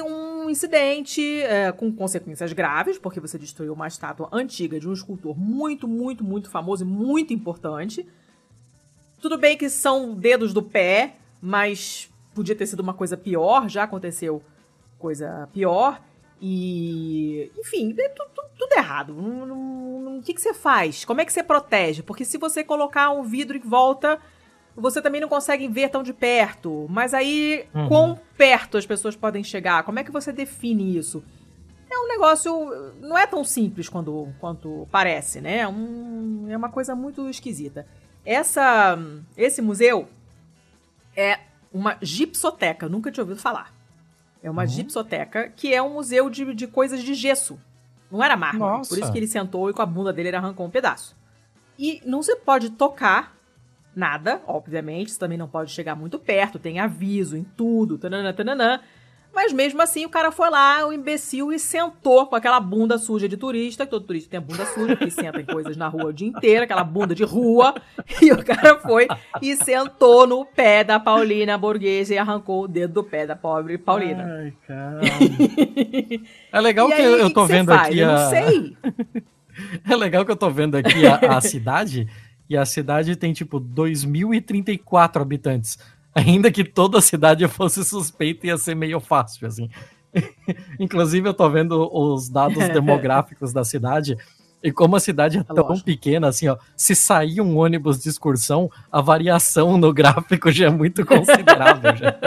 um incidente é, com consequências graves, porque você destruiu uma estátua antiga de um escultor muito, muito, muito famoso e muito importante. Tudo bem que são dedos do pé, mas podia ter sido uma coisa pior, já aconteceu coisa pior. E, enfim, é tudo, tudo, tudo errado. O que, que você faz? Como é que você protege? Porque se você colocar um vidro em volta, você também não consegue ver tão de perto. Mas aí, uhum. quão perto as pessoas podem chegar? Como é que você define isso? É um negócio... Não é tão simples quando, quanto parece, né? É, um, é uma coisa muito esquisita. Essa, esse museu é uma gipsoteca. Nunca tinha ouvido falar. É uma uhum. gipsoteca, que é um museu de, de coisas de gesso. Não era mármore. Nossa. Por isso que ele sentou e com a bunda dele ele arrancou um pedaço. E não se pode tocar nada, obviamente. Você também não pode chegar muito perto. Tem aviso em tudo. Tananã, tananã. Mas mesmo assim, o cara foi lá, o imbecil, e sentou com aquela bunda suja de turista. Que todo turista tem a bunda suja, porque senta em coisas na rua o dia inteiro. Aquela bunda de rua. E o cara foi e sentou no pé da Paulina Borghese e arrancou o dedo do pé da pobre Paulina. Ai, caramba. É legal que aí, eu tô que vendo faz? aqui Eu a... não sei. É legal que eu tô vendo aqui a, a cidade. E a cidade tem, tipo, dois mil e trinta e quatro habitantes. Ainda que toda a cidade fosse suspeita, ia ser meio fácil, assim. Inclusive, eu tô vendo os dados demográficos da cidade, e como a cidade é tão Lógico. pequena, assim, ó, se sair um ônibus de excursão, a variação no gráfico já é muito considerável. Já.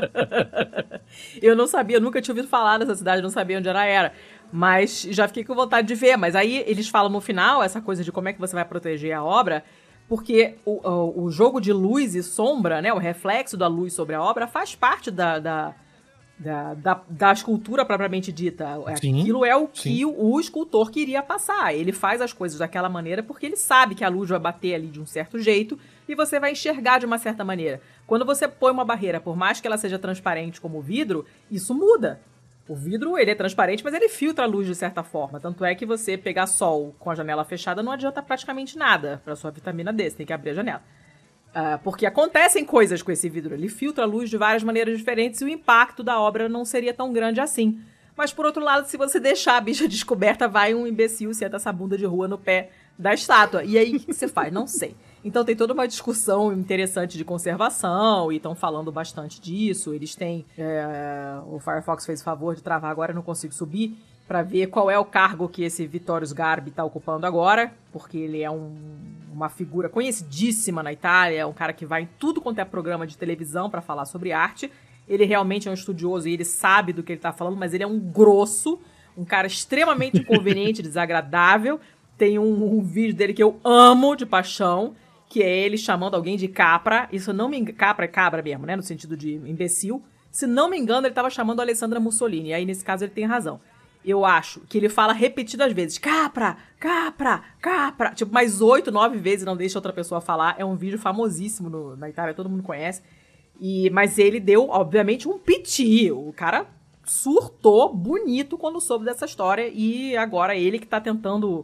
Eu não sabia, nunca tinha ouvido falar dessa cidade, não sabia onde ela era. Mas já fiquei com vontade de ver. Mas aí eles falam no final, essa coisa de como é que você vai proteger a obra... Porque o, o, o jogo de luz e sombra, né, o reflexo da luz sobre a obra faz parte da, da, da, da, da escultura propriamente dita. Sim, Aquilo é o que sim. o, o escultor queria passar. Ele faz as coisas daquela maneira porque ele sabe que a luz vai bater ali de um certo jeito e você vai enxergar de uma certa maneira. Quando você põe uma barreira, por mais que ela seja transparente como o vidro, isso muda. O vidro, ele é transparente, mas ele filtra a luz de certa forma. Tanto é que você pegar sol com a janela fechada não adianta praticamente nada para sua vitamina D. Você tem que abrir a janela. Uh, porque acontecem coisas com esse vidro. Ele filtra a luz de várias maneiras diferentes e o impacto da obra não seria tão grande assim. Mas, por outro lado, se você deixar a bicha descoberta, vai um imbecil e senta essa bunda de rua no pé da estátua. E aí, o que você faz? Não sei. Então tem toda uma discussão interessante de conservação e estão falando bastante disso. Eles têm... É, o Firefox fez o favor de travar agora, eu não consigo subir, para ver qual é o cargo que esse Vittorio Sgarbi está ocupando agora, porque ele é um, uma figura conhecidíssima na Itália, é um cara que vai em tudo quanto é programa de televisão para falar sobre arte. Ele realmente é um estudioso e ele sabe do que ele está falando, mas ele é um grosso, um cara extremamente inconveniente, desagradável. Tem um, um vídeo dele que eu amo de paixão, que é ele chamando alguém de capra. Isso não me engano. Capra é cabra mesmo, né? No sentido de imbecil. Se não me engano, ele estava chamando a Alessandra Mussolini. E aí, nesse caso, ele tem razão. Eu acho que ele fala repetidas vezes. Capra, capra, capra. Tipo, mais oito, nove vezes não deixa outra pessoa falar. É um vídeo famosíssimo no, na Itália, todo mundo conhece. E, mas ele deu, obviamente, um piti. O cara surtou bonito quando soube dessa história. E agora ele que tá tentando...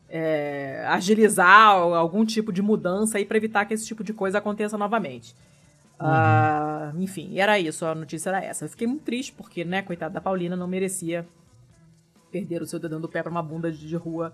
É, agilizar algum tipo de mudança aí para evitar que esse tipo de coisa aconteça novamente. Uhum. Uh, enfim, era isso, a notícia era essa. Eu fiquei muito triste porque, né, coitada da Paulina, não merecia perder o seu dedão do pé pra uma bunda de, de rua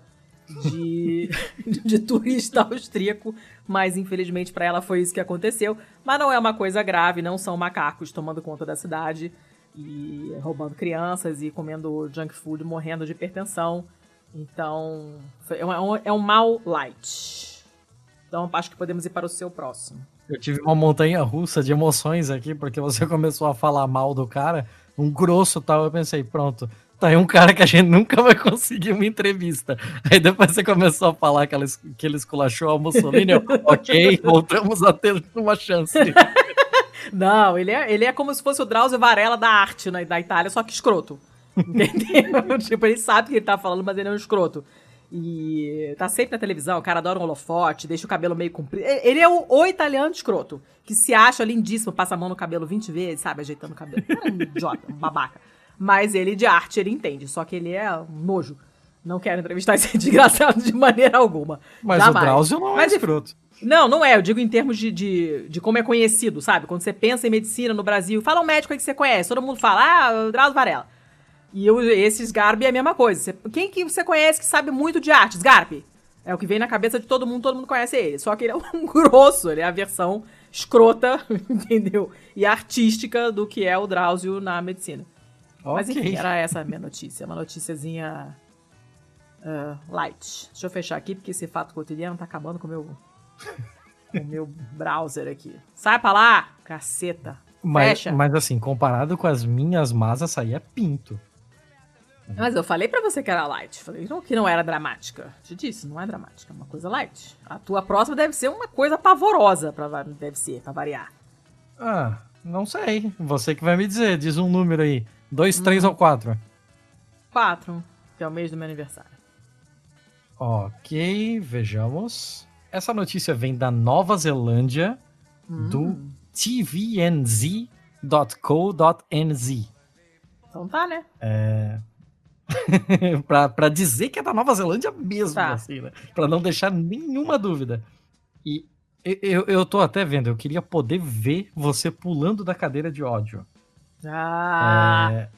de, de turista austríaco, mas infelizmente para ela foi isso que aconteceu. Mas não é uma coisa grave, não são macacos tomando conta da cidade e roubando crianças e comendo junk food, morrendo de hipertensão. Então, é um, é um mal light. Então, acho que podemos ir para o seu próximo. Eu tive uma montanha russa de emoções aqui, porque você começou a falar mal do cara, um grosso tal, eu pensei, pronto, tá aí um cara que a gente nunca vai conseguir uma entrevista. Aí depois você começou a falar que, ela, que ele esculachou a Mussolini, eu, ok, voltamos a ter uma chance. Não, ele é, ele é como se fosse o Drauzio Varela da arte na, da Itália, só que escroto. Entendeu? Tipo, ele sabe o que ele tá falando, mas ele é um escroto. E tá sempre na televisão, o cara adora um holofote, deixa o cabelo meio comprido. Ele é o, o italiano escroto, que se acha lindíssimo, passa a mão no cabelo vinte vezes, sabe, ajeitando o cabelo. É um idiota, um babaca. Mas ele de arte, ele entende, só que ele é um nojo. Não quero entrevistar esse desgraçado de maneira alguma. Mas jamais. O Drauzio não é mas, escroto. Não, não é. Eu digo em termos de, de, de como é conhecido, sabe? Quando você pensa em medicina no Brasil, fala um médico aí que você conhece, todo mundo fala, ah, o Drauzio Varela. E eu, esse Sgarbi é a mesma coisa. Você, quem que você conhece que sabe muito de arte? Sgarbi. É o que vem na cabeça de todo mundo, todo mundo conhece ele. Só que ele é um grosso, ele é a versão escrota, entendeu? E artística do que é o Drauzio na medicina. Okay. Mas enfim, era essa a minha notícia. Uma noticiazinha uh, light. Deixa eu fechar aqui, porque esse fato cotidiano tá acabando com o meu, com o meu browser aqui. Sai pra lá, caceta. Mas, Fecha. Mas assim, comparado com as minhas más, essa aí é pinto. Mas eu falei pra você que era light. Falei que não era dramática. Te disse, não é dramática, é uma coisa light. A tua próxima deve ser uma coisa pavorosa, pra, deve ser, pra variar. Ah, não sei. Você que vai me dizer. Diz um número aí. Dois, hum. três ou quatro? Quatro, que é o mês do meu aniversário. Ok, vejamos. Essa notícia vem da Nova Zelândia, hum. do T V N Z ponto co ponto N Z. Então tá, né? É... pra, pra dizer que é da Nova Zelândia mesmo, tá. assim, né? Pra não deixar nenhuma dúvida. E eu, eu tô até vendo, eu queria poder ver você pulando da cadeira de ódio. Ah! É...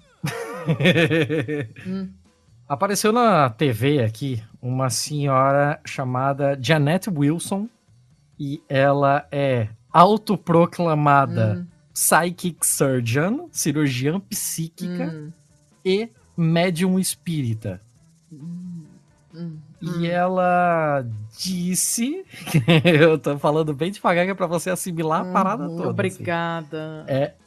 hum. Apareceu na T V aqui uma senhora chamada Janet Wilson e ela é autoproclamada hum. Psychic Surgeon, cirurgiã psíquica hum. e médium espírita. Hum, hum, e hum. ela disse... eu tô falando bem devagar que é pra você assimilar a parada hum, toda. Obrigada. Assim. É...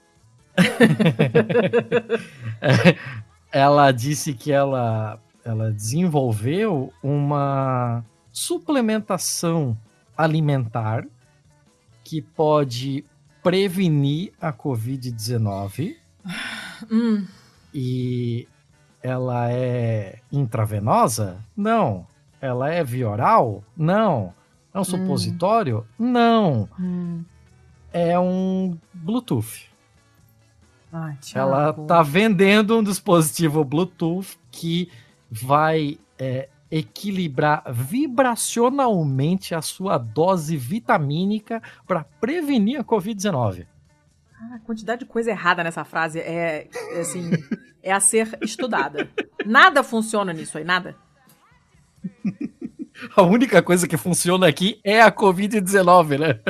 é... Ela disse que ela, ela desenvolveu uma suplementação alimentar que pode prevenir a covid dezenove. Hum. E... ela é intravenosa? Não. Ela é via oral? Não. É um supositório? Hum. Não. Hum. É um Bluetooth. Ai, ela tá vendendo um dispositivo Bluetooth que vai é, equilibrar vibracionalmente a sua dose vitamínica para prevenir a covid dezenove. A quantidade de coisa errada nessa frase é, é assim, é a ser estudada. Nada funciona nisso aí, nada. A única coisa que funciona aqui é a covid dezenove, né?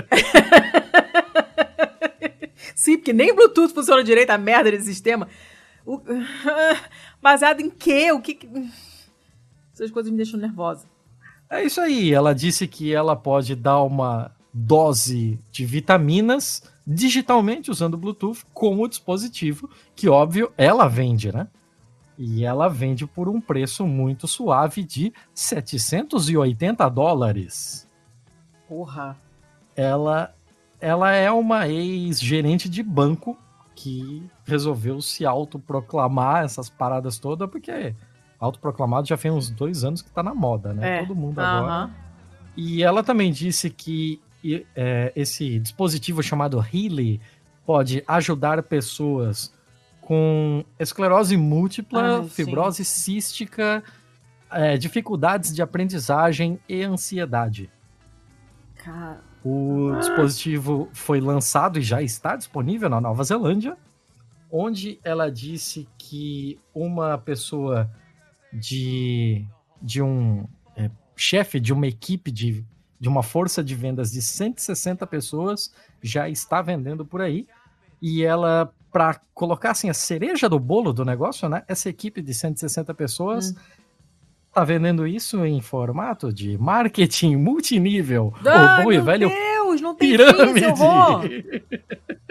Sim, porque nem Bluetooth funciona direito, a merda desse sistema. O... Baseado em quê? O que... Essas coisas me deixam nervosa. É isso aí, ela disse que ela pode dar uma dose de vitaminas digitalmente usando o Bluetooth com o dispositivo, que óbvio ela vende, né? E ela vende por um preço muito suave de setecentos e oitenta dólares. Porra. Ela, ela é uma ex-gerente de banco que resolveu se autoproclamar essas paradas todas, porque autoproclamado já fez uns dois anos que tá na moda, né? É, todo mundo uh-huh. agora. E ela também disse que E, é, esse dispositivo chamado Healy pode ajudar pessoas com esclerose múltipla, Ai, fibrose sim. cística, é, dificuldades de aprendizagem e ansiedade. Cara... O ah. dispositivo foi lançado e já está disponível na Nova Zelândia, onde ela disse que uma pessoa de, de um é, chefe de uma equipe de de uma força de vendas de cento e sessenta pessoas, já está vendendo por aí. E ela, para colocar assim, a cereja do bolo do negócio, né? Essa equipe de cento e sessenta pessoas está hum. vendendo isso em formato de marketing multinível. Ah, o bom e velho Deus, não tem pirâmide. Fim,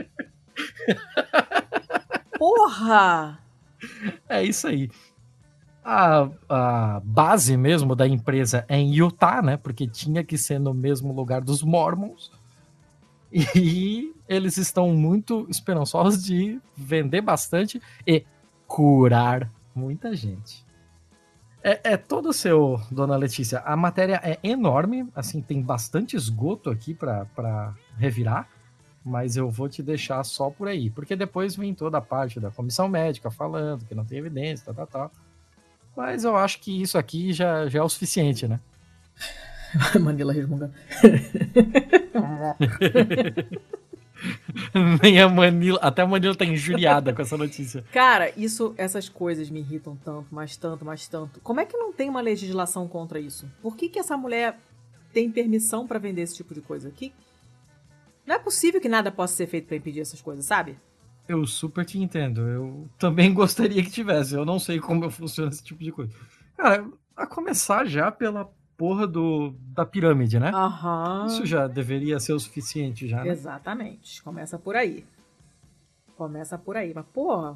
Porra! É isso aí. A, a base mesmo da empresa é em Utah, né? Porque tinha que ser no mesmo lugar dos Mormons. E eles estão muito esperançosos de vender bastante e curar muita gente. É, é todo o seu, dona Letícia. A matéria é enorme, assim, tem bastante esgoto aqui para revirar, mas eu vou te deixar só por aí, porque depois vem toda a parte da comissão médica falando que não tem evidência, tal, tal, tal. Mas eu acho que isso aqui já, já é o suficiente, né? Manila resmungando. Nem a Manila, até a Manila tá injuriada com essa notícia. Cara, isso, essas coisas me irritam tanto, mas tanto, mas tanto. Como é que não tem uma legislação contra isso? Por que que essa mulher tem permissão pra vender esse tipo de coisa aqui? Não é possível que nada possa ser feito pra impedir essas coisas, sabe? Eu super te entendo. Eu também gostaria que tivesse. Eu não sei como funciona esse tipo de coisa. Cara, a começar já pela porra do, da pirâmide, né? Aham. Isso já deveria ser o suficiente já, né? Exatamente. Começa por aí. Começa por aí. Mas, porra...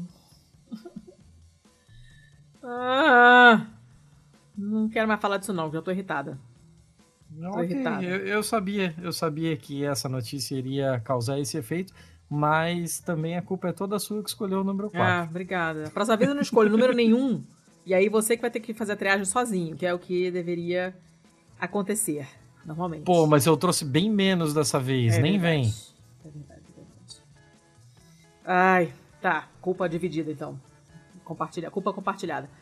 ah, não quero mais falar disso não, já tô irritada. Não, Tô ok. irritada. Eu, eu sabia, eu sabia que essa notícia iria causar esse efeito, mas também a culpa é toda sua que escolheu o número Ah, quatro. obrigada. A próxima vez eu não escolho número nenhum. E aí você que vai ter que fazer a triagem sozinho, que é o que deveria acontecer, normalmente. Pô, mas eu trouxe bem menos dessa vez, É nem verdade. vem. É verdade, é verdade. Ai, tá. Culpa dividida, então. Compartilha, culpa compartilhada.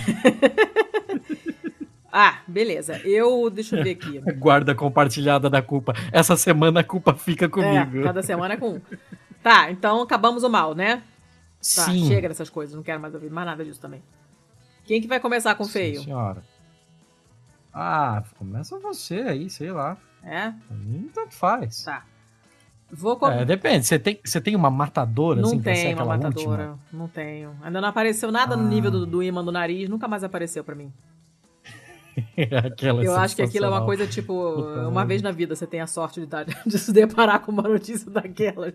Ah, beleza. Eu, deixa eu ver aqui. Guarda compartilhada da culpa. Essa semana a culpa fica comigo. É, cada semana é com um. Tá, então acabamos o mal, né? Tá, Sim. chega dessas coisas, não quero mais ouvir mais nada disso também. Quem que vai começar com o feio? Sim, senhora. Ah, começa você aí, sei lá. É? Pra mim, tanto faz. Tá. Vou com... É, depende. Você tem, você tem uma matadora, Não assim, pra ser tenho uma aquela matadora. última? Não tenho. Ainda não apareceu nada Ah. no nível do, do imã do nariz, nunca mais apareceu pra mim. Aquela Eu acho que aquilo é uma sensacional. coisa tipo, Puta uma merda. vez na vida você tem a sorte de, dar- de se deparar com uma notícia daquelas.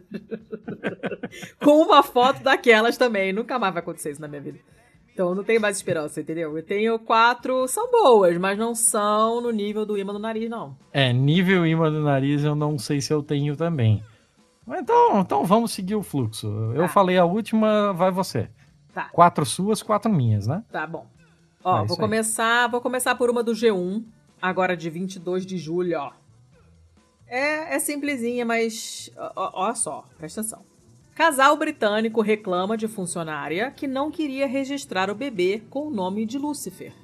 Com uma foto daquelas também. Nunca mais vai acontecer isso na minha vida. Então eu não tenho mais esperança, entendeu? Eu tenho quatro, são boas, mas não são no nível do imã do nariz, não. É, nível imã do nariz eu não sei se eu tenho também. Mas Então, então vamos seguir o fluxo. Eu Tá. falei a última, vai você. Tá. Quatro suas, quatro minhas, né? Tá bom. Ó, É vou isso aí. começar, vou começar por uma do G um, agora de vinte e dois de julho, ó. É, é simplesinha, mas ó, ó só, presta atenção. Casal britânico reclama de funcionária que não queria registrar o bebê com o nome de Lucifer,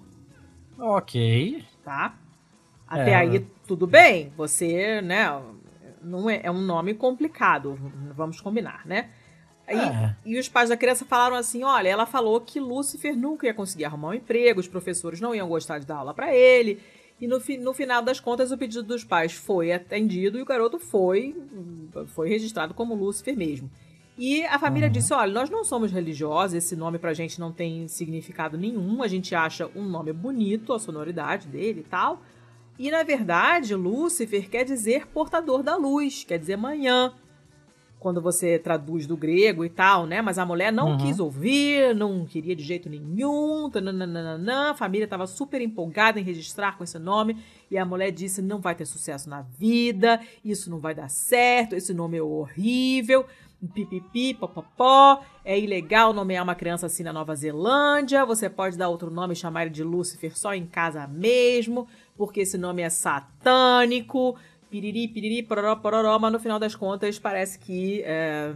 Ok. tá? Até É. aí tudo bem, você, né, não é, é um nome complicado, vamos combinar, né? E, É. e os pais da criança falaram assim, olha, ela falou que Lúcifer nunca ia conseguir arrumar um emprego, os professores não iam gostar de dar aula pra ele, e no, fi, no final das contas o pedido dos pais foi atendido e o garoto foi, foi registrado como Lúcifer mesmo. E a família Uhum. disse, olha, nós não somos religiosos, esse nome pra gente não tem significado nenhum, a gente acha um nome bonito, a sonoridade dele e tal, e na verdade Lúcifer quer dizer portador da luz, quer dizer manhã, quando você traduz do grego e tal, né? Mas a mulher não Uhum. quis ouvir, não queria de jeito nenhum, tananana. A família estava super empolgada em registrar com esse nome, e a mulher disse, não vai ter sucesso na vida, isso não vai dar certo, esse nome é horrível, pipipi, popopó, é ilegal nomear uma criança assim na Nova Zelândia, você pode dar outro nome e chamar ele de Lúcifer só em casa mesmo, porque esse nome é satânico, piriri, piriri, pororó, pororó, mas no final das contas parece que é,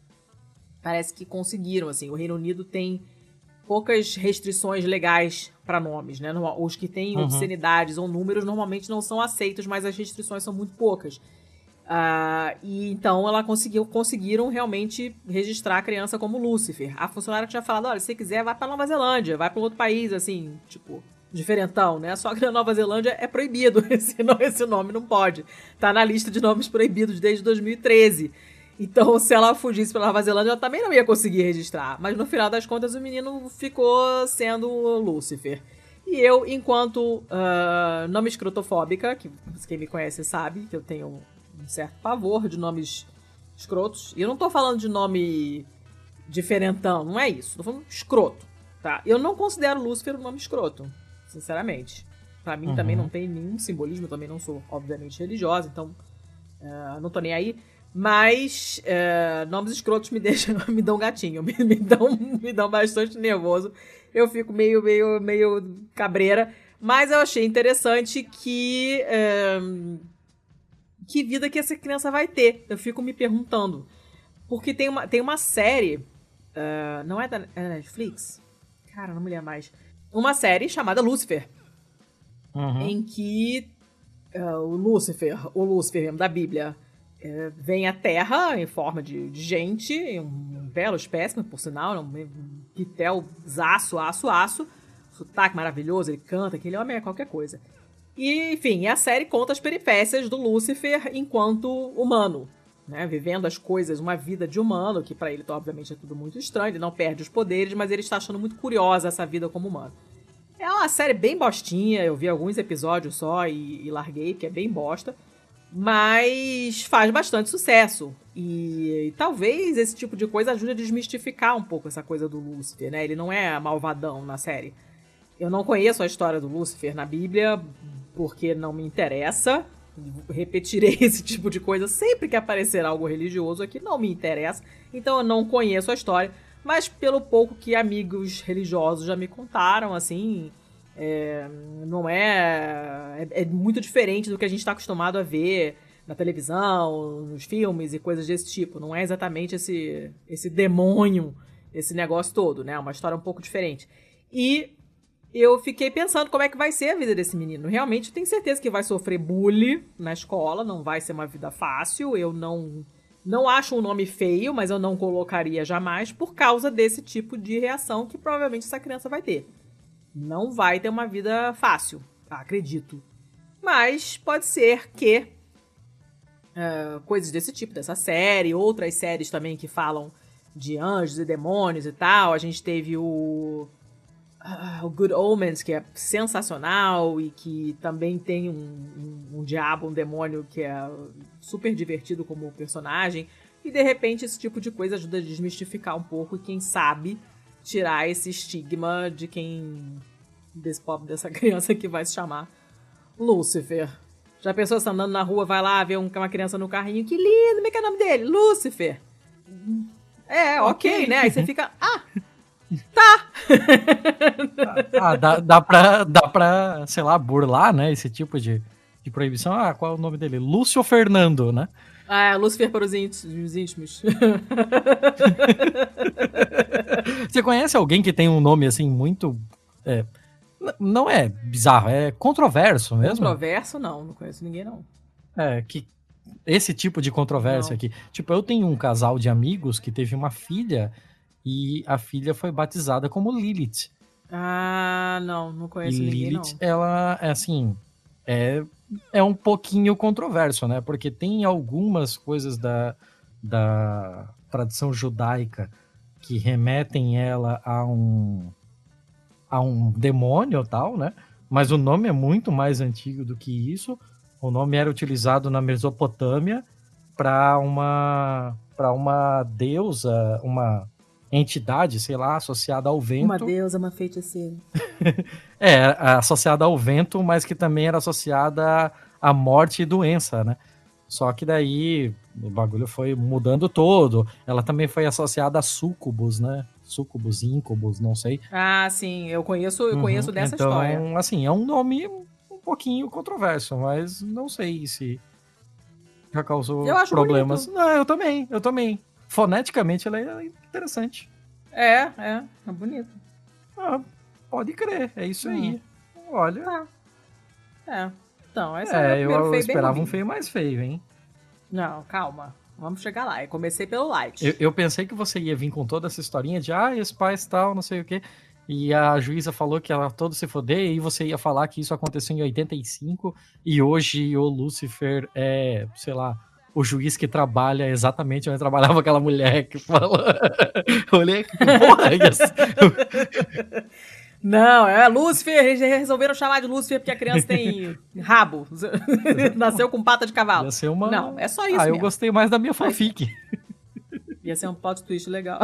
parece que conseguiram, assim, o Reino Unido tem poucas restrições legais para nomes, né, os que têm Uhum. obscenidades ou números normalmente não são aceitos, mas as restrições são muito poucas. Uh, e então ela conseguiu, conseguiram realmente registrar a criança como Lúcifer. A funcionária tinha falado, olha, se você quiser vai para Nova Zelândia, vai para outro país, assim, tipo, diferentão, né? Só que na Nova Zelândia é proibido, esse nome, esse nome não pode. Tá na lista de nomes proibidos desde dois mil e treze. Então, se ela fugisse para Nova Zelândia, ela também não ia conseguir registrar. Mas no final das contas, o menino ficou sendo Lúcifer. E eu, enquanto uh, nome escrotofóbica, que quem me conhece sabe que eu tenho um certo pavor de nomes escrotos. E eu não tô falando de nome diferentão, não é isso. Tô falando escroto, tá? Eu não considero Lúcifer um nome escroto, sinceramente. Pra mim Uhum. também não tem nenhum simbolismo, eu também não sou, obviamente, religiosa, então uh, não tô nem aí. Mas uh, nomes escrotos me deixam, me dão gatinho, me, me, dão, me dão bastante nervoso. Eu fico meio, meio, meio cabreira. Mas eu achei interessante que... Uh, que vida que essa criança vai ter? Eu fico me perguntando. Porque tem uma, tem uma série... Uh, não é da, é da Netflix? Cara, não me lembro mais. Uma série chamada Lúcifer. Uhum. Em que uh, o Lúcifer, o Lúcifer mesmo, da Bíblia, é, vem à Terra em forma de, de gente, um, um belo espécime, por sinal, um, um pitel zaço, aço, aço, sotaque maravilhoso, ele canta, aquele homem é qualquer coisa. E, enfim, a série conta as peripécias do Lúcifer enquanto humano, né, vivendo as coisas, uma vida de humano, que pra ele, obviamente, é tudo muito estranho, ele não perde os poderes, mas ele está achando muito curiosa essa vida como humano. É uma série bem bostinha, eu vi alguns episódios só e, e larguei, porque é bem bosta, mas faz bastante sucesso. E, e talvez esse tipo de coisa ajude a desmistificar um pouco essa coisa do Lúcifer, né? Ele não é malvadão na série. Eu não conheço a história do Lúcifer na Bíblia, porque não me interessa. Repetirei esse tipo de coisa sempre que aparecer algo religioso aqui, não me interessa. Então eu não conheço a história. Mas pelo pouco que amigos religiosos já me contaram, assim, é, não é, é... É muito diferente do que a gente está acostumado a ver na televisão, nos filmes e coisas desse tipo. Não é exatamente esse, esse demônio, esse negócio todo, né? É uma história um pouco diferente. E eu fiquei pensando como é que vai ser a vida desse menino. Realmente eu tenho certeza que vai sofrer bullying na escola, não vai ser uma vida fácil. Eu não... Não acho um nome feio, mas eu não colocaria jamais por causa desse tipo de reação que provavelmente essa criança vai ter. Não vai ter uma vida fácil, acredito. Mas pode ser que uh, coisas desse tipo, dessa série, outras séries também que falam de anjos e demônios e tal. A gente teve o, uh, o Good Omens, que é sensacional e que também tem um, um, um diabo, um demônio que é super divertido como personagem, e de repente esse tipo de coisa ajuda a desmistificar um pouco e quem sabe tirar esse estigma de quem, desse pobre dessa criança que vai se chamar Lúcifer. Já pensou, você tá andando na rua, vai lá ver uma criança no carrinho, que lindo, como é que é o nome dele? Lúcifer. É, ok, okay, né? Aí você fica, ah, tá. ah, dá, dá, pra, dá pra, sei lá, burlar, né, esse tipo de de proibição. Ah, qual é o nome dele? Lúcio Fernando, né? Ah, Lúcifer para os íntimos. Você conhece alguém que tem um nome, assim, muito... É, não é bizarro, é controverso mesmo? Controverso, não. Não conheço ninguém, não. É, que esse tipo de controvérsia não. Aqui. Tipo, eu tenho um casal de amigos que teve uma filha e a filha foi batizada como Lilith. Ah, não. Não conheço e ninguém, Lilith, não. ela, é assim... É... é um pouquinho controverso, né? Porque tem algumas coisas da, da tradição judaica que remetem ela a um, a um demônio e tal, né? Mas o nome é muito mais antigo do que isso. O nome era utilizado na Mesopotâmia para uma, para uma deusa, uma entidade, sei lá, associada ao vento. Uma deusa, uma feiticeira. É, associada ao vento, mas que também era associada à morte e doença, né? Só que daí o bagulho foi mudando todo. Ela também foi associada a súcubos, né? Súcubos, íncubos, não sei. Ah, sim, eu conheço, eu conheço uhum. dessa então, história. Então, assim, é um nome um pouquinho controverso, mas não sei se já causou eu acho problemas. Bonito. Não, eu também, eu também. Foneticamente ela é interessante. É, é, é bonito. Ah, pode crer, é isso hum. aí. Olha. Tá. É. Então, esse é, é o meu eu feio esperava bem um feio mais feio, hein? Não, calma. Vamos chegar lá. Eu comecei pelo light. Eu, eu pensei que você ia vir com toda essa historinha de ah, esse pais tal, não sei o quê. E a juíza falou que ela todo se foder, e você ia falar que isso aconteceu em oitenta e cinco, e hoje o Lúcifer é, sei lá, o juiz que trabalha exatamente onde trabalhava aquela mulher que fala. Eu olhei, que porra é essa? Não, é Lúcifer, eles resolveram chamar de Lúcifer porque a criança tem rabo. Nasceu com pata de cavalo. Ia ser uma... Não, é só isso Ah, mesmo. eu gostei mais da minha fanfic. Ia ser um plot twist legal.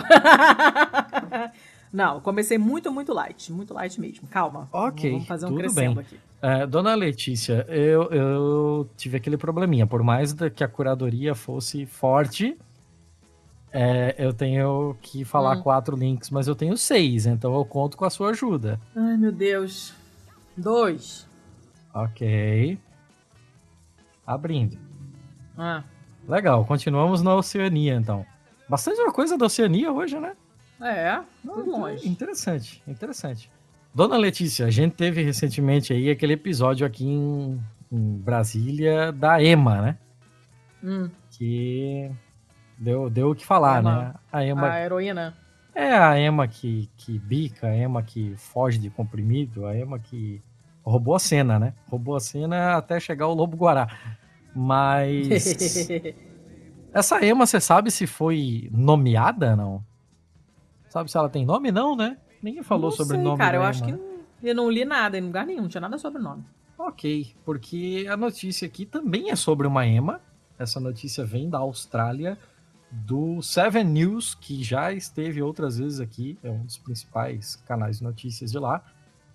Não, comecei muito, muito light. Muito light mesmo. Calma. Ok, vamos fazer um tudo crescendo bem. aqui. É, dona Letícia, eu, eu tive aquele probleminha. Por mais que a curadoria fosse forte, é, eu tenho que falar hum. quatro links, mas eu tenho seis, então eu conto com a sua ajuda. Ai, meu Deus. Dois. Ok. Abrindo. Ah. Legal, continuamos na Oceania, então. Bastante coisa da Oceania hoje, né? É, tudo longe. Interessante, interessante. Dona Letícia, a gente teve recentemente aí aquele episódio aqui em, em Brasília da EMA, né? Hum. que deu, deu o que falar, Emma, né? A Emma... A heroína. É a Emma que, que bica, a Emma que foge de comprimido, a Emma que roubou a cena, né? Roubou a cena até chegar o Lobo-Guará. Mas... essa Emma, você sabe se foi nomeada, não? Sabe se ela tem nome? Não, né? Ninguém falou não sobre sei, o nome cara, da eu Emma. acho que não, eu não li nada em lugar nenhum, não tinha nada sobre o nome. Ok, porque a notícia aqui também é sobre uma Emma. Essa notícia vem da Austrália, do Seven News, que já esteve outras vezes aqui, é um dos principais canais de notícias de lá.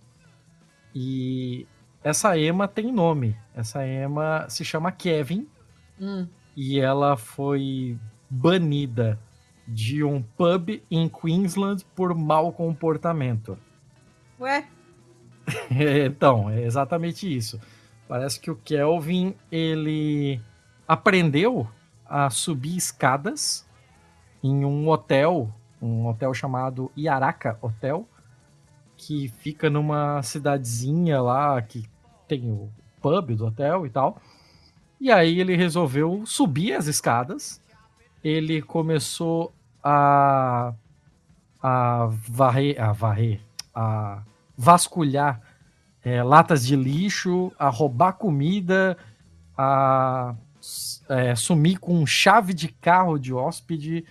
E essa Emma tem nome. Essa Emma se chama Kevin, Hum. e ela foi banida de um pub em Queensland por mau comportamento. Ué? Então, é exatamente isso. Parece que o Kelvin, ele aprendeu a subir escadas em um hotel, um hotel chamado Iaraka Hotel, que fica numa cidadezinha lá que tem o pub do hotel e tal. E aí ele resolveu subir as escadas. Ele começou a a varrer, a varrer, a vasculhar é, latas de lixo, a roubar comida, a é, sumir com chave de carro de hóspede.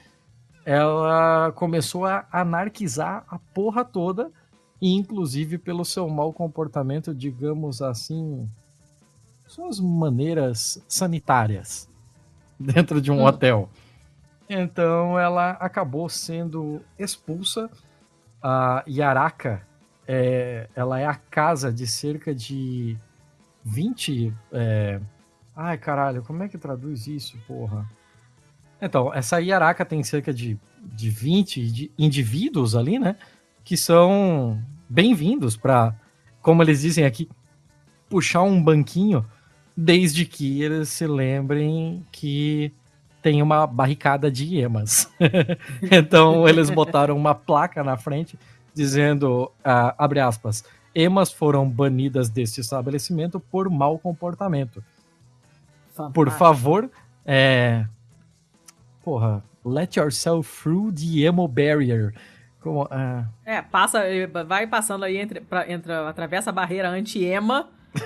Ela começou a anarquizar a porra toda, e inclusive pelo seu mau comportamento, digamos assim, suas maneiras sanitárias dentro de um hum. hotel. Então ela acabou sendo expulsa. A Iaraka, é, ela é a casa de cerca de vinte... É... Ai, caralho, como é que traduz isso, porra? Então, essa Iaraka tem cerca de, de vinte de indivíduos ali, né? Que são bem-vindos para, como eles dizem aqui, puxar um banquinho, desde que eles se lembrem que tem uma barricada de emas. Então, eles botaram uma placa na frente dizendo, uh, abre aspas, emas foram banidas deste estabelecimento por mau comportamento. Fantástico. Por favor, é... porra, let yourself through the emo barrier. Como, uh... É, passa, vai passando aí, entre, pra, entre, atravessa a barreira anti-ema.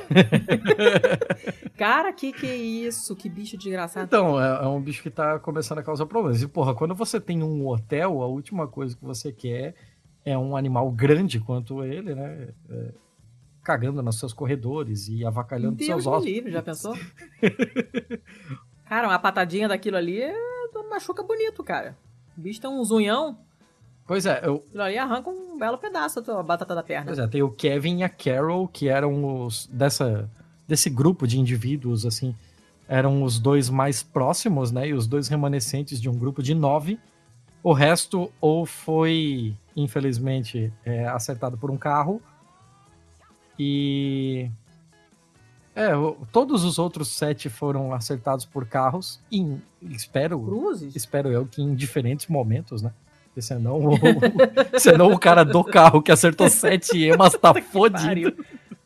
Cara, que que é isso? Que bicho desgraçado. Então, é, é um bicho que tá começando a causar problemas. E, porra, quando você tem um hotel, a última coisa que você quer é um animal grande quanto ele, né? É, cagando nos seus corredores e avacalhando Deus seus ossos. Livre, já pensou? Cara, uma patadinha daquilo ali machuca bonito, cara. O bicho tem um zunhão. Pois é, eu... aquilo ali arranca um belo pedaço da batata da perna. Pois é, tem o Kevin e a Carol, que eram os... dessa, desse grupo de indivíduos, assim, eram os dois mais próximos, né? E os dois remanescentes de um grupo de nove. O resto ou foi, infelizmente, é, acertado por um carro. E... É, todos os outros sete foram acertados por carros. E espero, Cruzes? espero eu que em diferentes momentos, né? Porque senão o, senão o cara do carro que acertou sete emas tá fodido.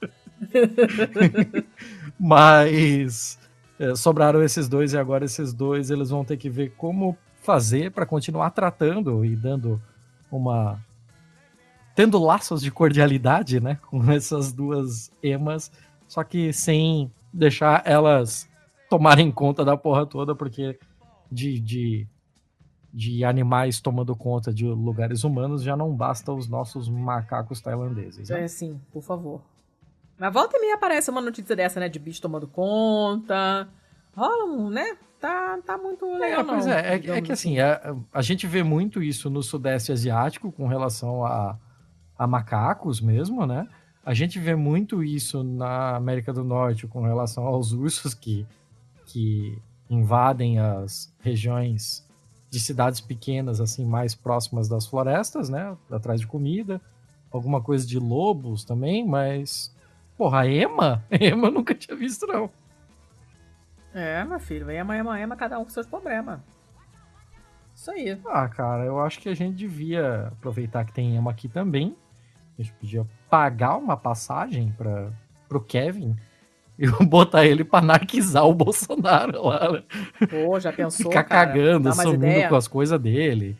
Mas é, sobraram esses dois e agora esses dois eles vão ter que ver como fazer para continuar tratando e dando uma... tendo laços de cordialidade, né? Com essas duas emas, só que sem deixar elas tomarem conta da porra toda, porque de... de de animais tomando conta de lugares humanos, já não basta os nossos macacos tailandeses. Né? É, sim, por favor. Mas volta e meia aparece uma notícia dessa, né? De bicho tomando conta. Rola um, né? Tá, tá muito legal, é, não. Pois é, é, é que assim, a, a gente vê muito isso no Sudeste Asiático com relação a, a macacos mesmo, né? A gente vê muito isso na América do Norte com relação aos ursos que, que invadem as regiões de cidades pequenas, assim, mais próximas das florestas, né? Atrás de comida. Alguma coisa de lobos também, mas... Porra, a ema? Ema eu nunca tinha visto, não. É, meu filho. Ema, ema, ema, cada um com seus problemas. Isso aí. Ah, cara, eu acho que a gente devia aproveitar que tem ema aqui também. A gente podia pagar uma passagem para pro Kevin e botar ele pra anarquizar o Bolsonaro lá. Né? Pô, já pensou, Ficar cara? cagando, Dá mais sumindo ideia? com as coisas dele.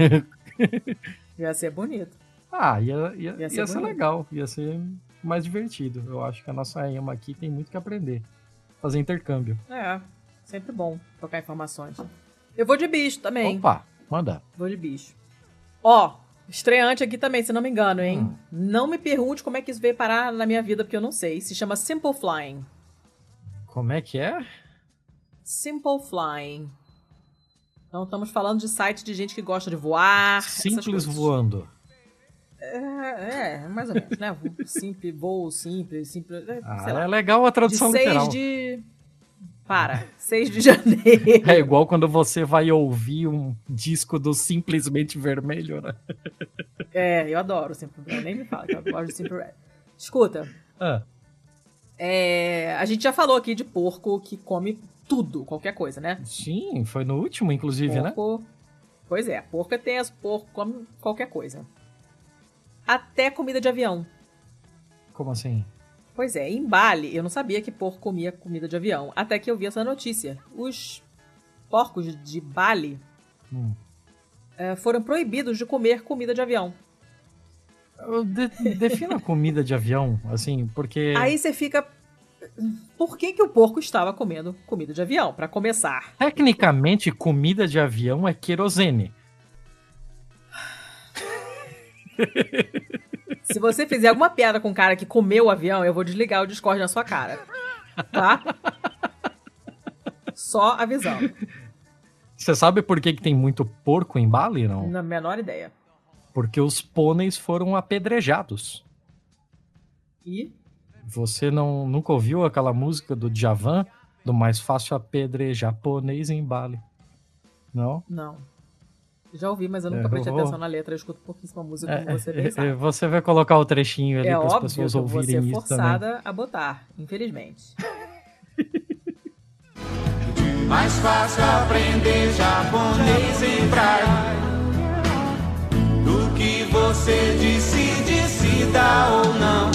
Ia ser bonito. Ah, ia, ia, Ia ser ia ser bonito. legal, ia ser mais divertido. Eu acho que a nossa Ema aqui tem muito que aprender. Fazer intercâmbio. É, sempre bom trocar informações. Eu vou de bicho também. Opa, manda. Vou de bicho. Ó, estreante aqui também, se não me engano, hein? Hum. Não me pergunte como é que isso veio parar na minha vida, porque eu não sei. Se chama Simple Flying. Como é que é? Simple Flying. Então estamos falando de site de gente que gosta de voar. essas Simples coisas. voando. É, é, mais ou menos, né? Simples, voo simples, simples. é, Ah, sei lá. é legal a De tradução literal. seis de. Para. seis de janeiro. É igual quando você vai ouvir um disco do Simplesmente Vermelho, né? É, eu adoro o Simple Red. Nem me fala que eu gosto de Simple Red. Escuta, Ah, é, a gente já falou aqui de porco que come tudo, qualquer coisa, né? sim, foi no último, inclusive, né? Porco. Pois é, porco é tenso, porco come qualquer coisa. Até comida de avião. Como assim? Pois é, em Bali, eu não sabia que porco comia comida de avião, até que eu vi essa notícia. Os porcos de Bali Hum. é, foram proibidos de comer comida de avião. De, defina comida de avião, assim, porque... Aí você fica... Por que, que o porco estava comendo comida de avião? Pra começar. Tecnicamente, comida de avião é querosene. Se você fizer alguma piada com um cara que comeu o avião, eu vou desligar o Discord na sua cara. Tá? Só avisando. Você sabe por que, que tem muito porco em Bali, não? Na menor ideia. Porque os pôneis foram apedrejados. E... Você não, nunca ouviu aquela música do Djavan? Do mais fácil apedrejar pôneis em Bali. Não? Não. Já ouvi, mas eu nunca É, prestei eu vou- atenção na letra. Eu escuto pouquíssima música, como É, você bem é, sabe. você vai colocar o trechinho ali É para as óbvio pessoas que eu vou ser ouvirem isso também. forçada a botar, infelizmente. Mais fácil aprender japonês em braille do que você decide se dá ou não.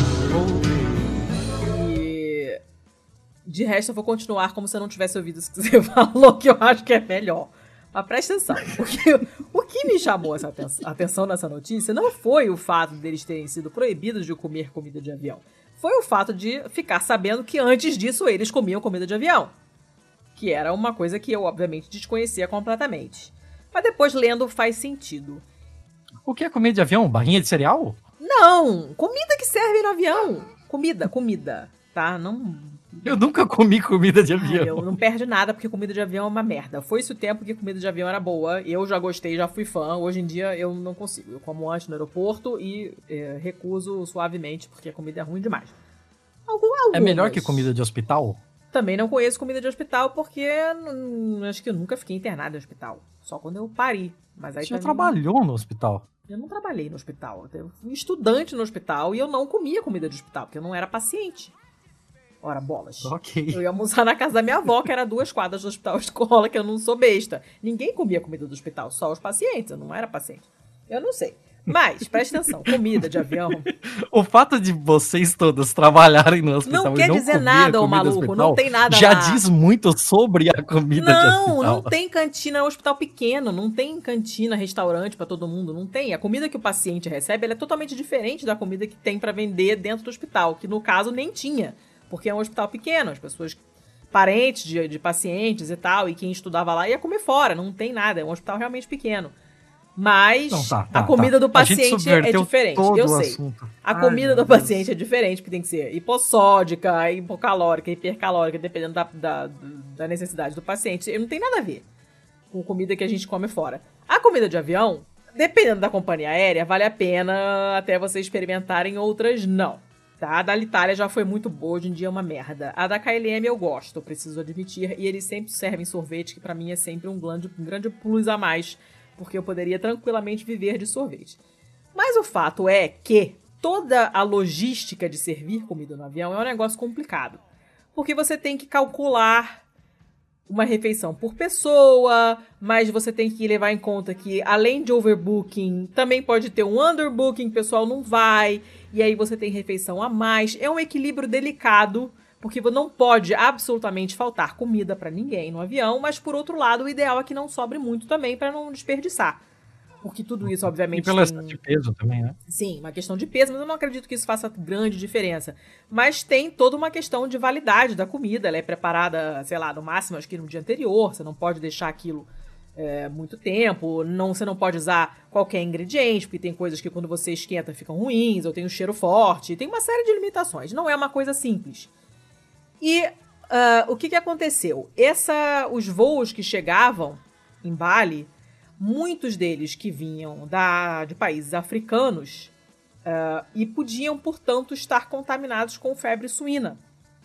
E de resto eu vou continuar como se eu não tivesse ouvido isso que você falou, que eu acho que é melhor. Mas presta atenção, porque o que me chamou essa aten- atenção nessa notícia não foi o fato deles terem sido proibidos de comer comida de avião. Foi o fato de ficar sabendo que antes disso eles comiam comida de avião. Que era uma coisa que eu, obviamente, desconhecia completamente. Mas depois lendo faz sentido. O que é comida de avião? Barrinha de cereal? Não! Comida que serve no avião! Comida, comida, tá? Não... Eu nunca comi comida de Ai, avião. eu não perde nada, porque comida de avião é uma merda. Foi isso o tempo que comida de avião era boa. Eu já gostei, já fui fã. Hoje em dia eu não consigo. Eu como antes no aeroporto e é, recuso suavemente, porque a comida é ruim demais. Algum, É melhor algumas. que comida de hospital? Também não conheço comida de hospital, porque hum, acho que eu nunca fiquei internada em hospital. Só quando eu pari. Mas aí Você já também- trabalhou no hospital? Eu não trabalhei no hospital. Eu fui estudante no hospital e eu não comia comida de hospital, porque eu não era paciente. Ora, bolas. Ok. Eu ia almoçar na casa da minha avó, que era duas quadras do hospital escola, que eu não sou besta. Ninguém comia comida do hospital, só os pacientes. Eu não era paciente. Eu não sei. Mas, presta atenção, comida de avião O fato de vocês todos trabalharem no hospital não e quer não dizer comer nada, a ô comida do maluco. hospital Não tem nada já lá. diz muito sobre a comida de Não, hospital. não tem cantina, é um hospital pequeno, não tem cantina, restaurante pra todo mundo, não tem. A comida que o paciente recebe, ela é totalmente diferente da comida que tem pra vender dentro do hospital, que no caso nem tinha, porque é um hospital pequeno, as pessoas parentes de, de pacientes e tal, e quem estudava lá ia comer fora, não tem nada, é um hospital realmente pequeno. Mas Não, tá, tá, a comida tá. do A gente paciente é subverteu diferente, todo eu o sei. assunto. A Ai, comida meu do Deus. paciente é diferente, porque tem que ser hipossódica, hipocalórica, hipercalórica, dependendo da, da, da necessidade do paciente. E não tem nada a ver com comida que a gente come fora. A comida de avião, dependendo da companhia aérea, vale a pena até vocês experimentarem, outras não. Tá? A da Itália já foi muito boa, hoje em dia é uma merda. A da K L M eu gosto, preciso admitir, e eles sempre servem sorvete, que pra mim é sempre um grande, um grande plus a mais, porque eu poderia tranquilamente viver de sorvete. Mas o fato é que toda a logística de servir comida no avião é um negócio complicado. Porque você tem que calcular uma refeição por pessoa, mas você tem que levar em conta que, além de overbooking, também pode ter um underbooking, o pessoal não vai, e aí você tem refeição a mais. É um equilíbrio delicado, porque não pode absolutamente faltar comida para ninguém no avião, mas por outro lado, o ideal é que não sobre muito também para não desperdiçar. Porque tudo isso, obviamente, e pelo tem... excesso de peso também, né? Sim, uma questão de peso, mas eu não acredito que isso faça grande diferença. Mas tem toda uma questão de validade da comida. Ela é preparada, sei lá, no máximo, acho que no dia anterior. Você não pode deixar aquilo é, muito tempo. Não, você não pode usar qualquer ingrediente, porque tem coisas que quando você esquenta ficam ruins, ou tem um cheiro forte. Tem uma série de limitações. Não é uma coisa simples. E uh, o que, que aconteceu? Essa, os voos que chegavam em Bali... Muitos deles que vinham da, de países africanos uh, e podiam, portanto, estar contaminados com febre suína.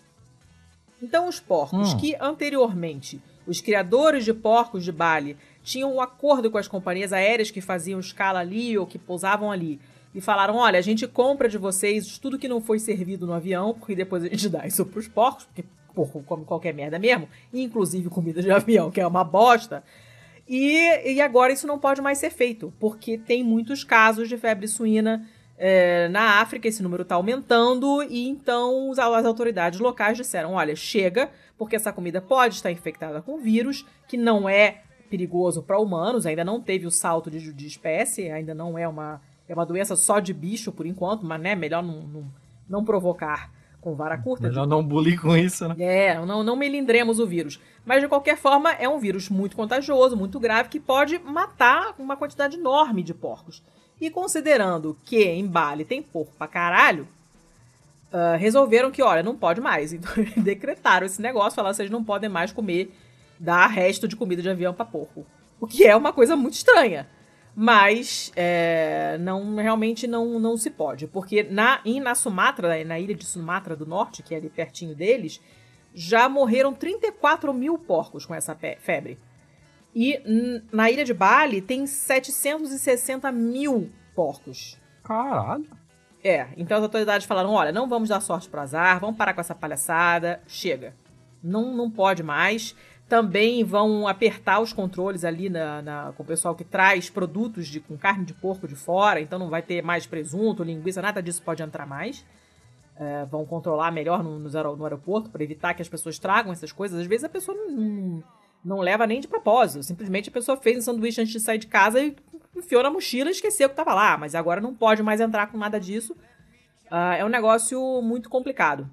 Então, os porcos hum. que anteriormente, os criadores de porcos de Bali, tinham um acordo com as companhias aéreas que faziam escala ali ou que pousavam ali e falaram, olha, a gente compra de vocês tudo que não foi servido no avião, porque depois a gente dá isso para os porcos, porque porco come qualquer merda mesmo, inclusive comida de avião, que é uma bosta. E, e agora isso não pode mais ser feito, porque tem muitos casos de febre suína é, na África, esse número está aumentando, e então as autoridades locais disseram, olha, chega, porque essa comida pode estar infectada com vírus, que não é perigoso para humanos, ainda não teve o salto de, de espécie, ainda não é uma, é uma doença só de bicho por enquanto, mas né, melhor não, não, não provocar com vara curta. Melhor não bulir com isso, né? É, não, não melindremos o vírus. Mas, de qualquer forma, é um vírus muito contagioso, muito grave, que pode matar uma quantidade enorme de porcos. E considerando que em Bali tem porco pra caralho, uh, resolveram que, olha, não pode mais. Então, decretaram esse negócio, falaram que vocês não podem mais comer, dar resto de comida de avião pra porco. O que é uma coisa muito estranha. Mas é, não, realmente não, não se pode. Porque na, na Sumatra, na ilha de Sumatra do Norte, que é ali pertinho deles, já morreram trinta e quatro mil porcos com essa febre. E n- na ilha de Bali tem setecentos e sessenta mil porcos. Caralho. É, então as autoridades falaram, olha, não vamos dar sorte pro azar, vamos parar com essa palhaçada, chega. Não, não pode mais. Também vão apertar os controles ali na, na, com o pessoal que traz produtos de, com carne de porco de fora, então não vai ter mais presunto, linguiça, nada disso pode entrar mais. É, vão controlar melhor no, no aeroporto para evitar que as pessoas tragam essas coisas. Às vezes a pessoa não, não, não leva nem de propósito, simplesmente a pessoa fez um sanduíche antes de sair de casa e enfiou na mochila e esqueceu que estava lá, mas agora não pode mais entrar com nada disso. Uh, é um negócio muito complicado.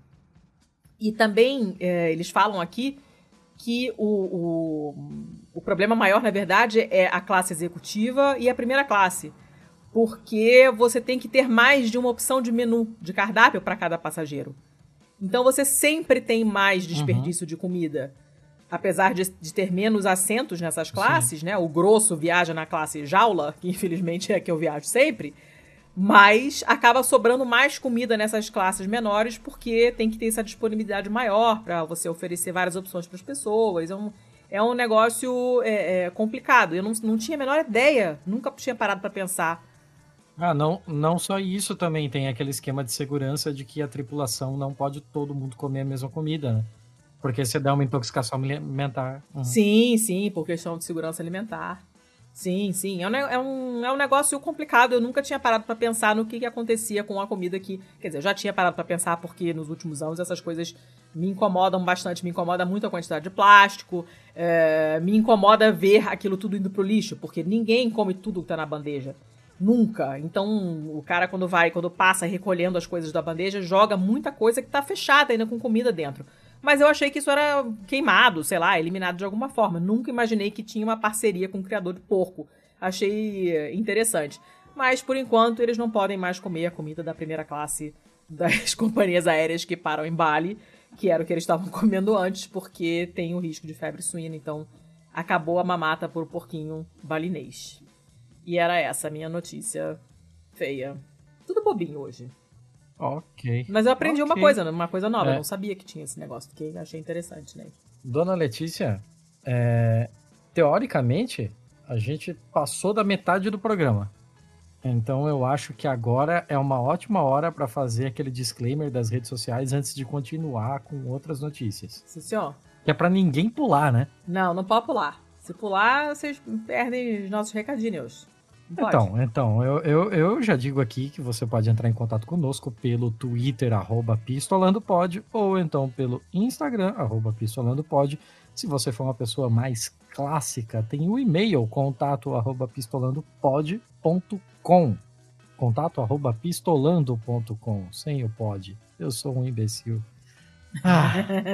E também é, eles falam aqui que o, o, o problema maior, na verdade, é a classe executiva e a primeira classe. Porque você tem que ter mais de uma opção de menu, de cardápio para cada passageiro. Então você sempre tem mais desperdício uhum. de comida. Apesar de, de ter menos assentos nessas classes, né? O grosso viaja na classe jaula, que infelizmente é que eu viajo sempre. Mas acaba sobrando mais comida nessas classes menores porque tem que ter essa disponibilidade maior para você oferecer várias opções para as pessoas. É um, é um negócio é, é, complicado. Eu não, não tinha a menor ideia, nunca tinha parado para pensar. Ah, não, não só isso também, tem aquele esquema de segurança de que a tripulação não pode todo mundo comer a mesma comida, né? Porque você dá uma intoxicação alimentar. Uhum. Sim, sim, por questão de segurança alimentar. Sim, sim. É um, é, um, é um negócio complicado. Eu nunca tinha parado pra pensar no que, que acontecia com a comida que... Quer dizer, eu já tinha parado pra pensar porque nos últimos anos essas coisas me incomodam bastante. Me incomoda muito a quantidade de plástico. É, me incomoda ver aquilo tudo indo pro lixo, porque ninguém come tudo que tá na bandeja. Nunca. Então, o cara quando vai, quando passa recolhendo as coisas da bandeja, joga muita coisa que tá fechada ainda com comida dentro. Mas eu achei que isso era queimado, sei lá, eliminado de alguma forma. Nunca imaginei que tinha uma parceria com o criador de porco. Achei interessante. Mas, por enquanto, eles não podem mais comer a comida da primeira classe das companhias aéreas que param em Bali, que era o que eles estavam comendo antes, porque tem o risco de febre suína. Então, acabou a mamata por porquinho balinês. E era essa a minha notícia feia. Tudo bobinho hoje. Ok. Mas eu aprendi okay. uma coisa, uma coisa nova. É. Eu não sabia que tinha esse negócio. Fiquei, achei interessante, né? Dona Letícia, é, teoricamente, a gente passou da metade do programa. Então eu acho que agora é uma ótima hora para fazer aquele disclaimer das redes sociais antes de continuar com outras notícias. Sim, senhor. Que é para ninguém pular, né? Não, não pode pular. Se pular, vocês perdem os nossos recadinhos. Pode. Então, então eu, eu, eu já digo aqui que você pode entrar em contato conosco pelo Twitter, arroba pistolandopod, ou então pelo Instagram, arroba pistolandopod. Se você for uma pessoa mais clássica, tem o e-mail, contato arroba pistolandopod ponto com. Contato arroba pistolando ponto com, sem o pod. Eu sou um imbecil. Ah,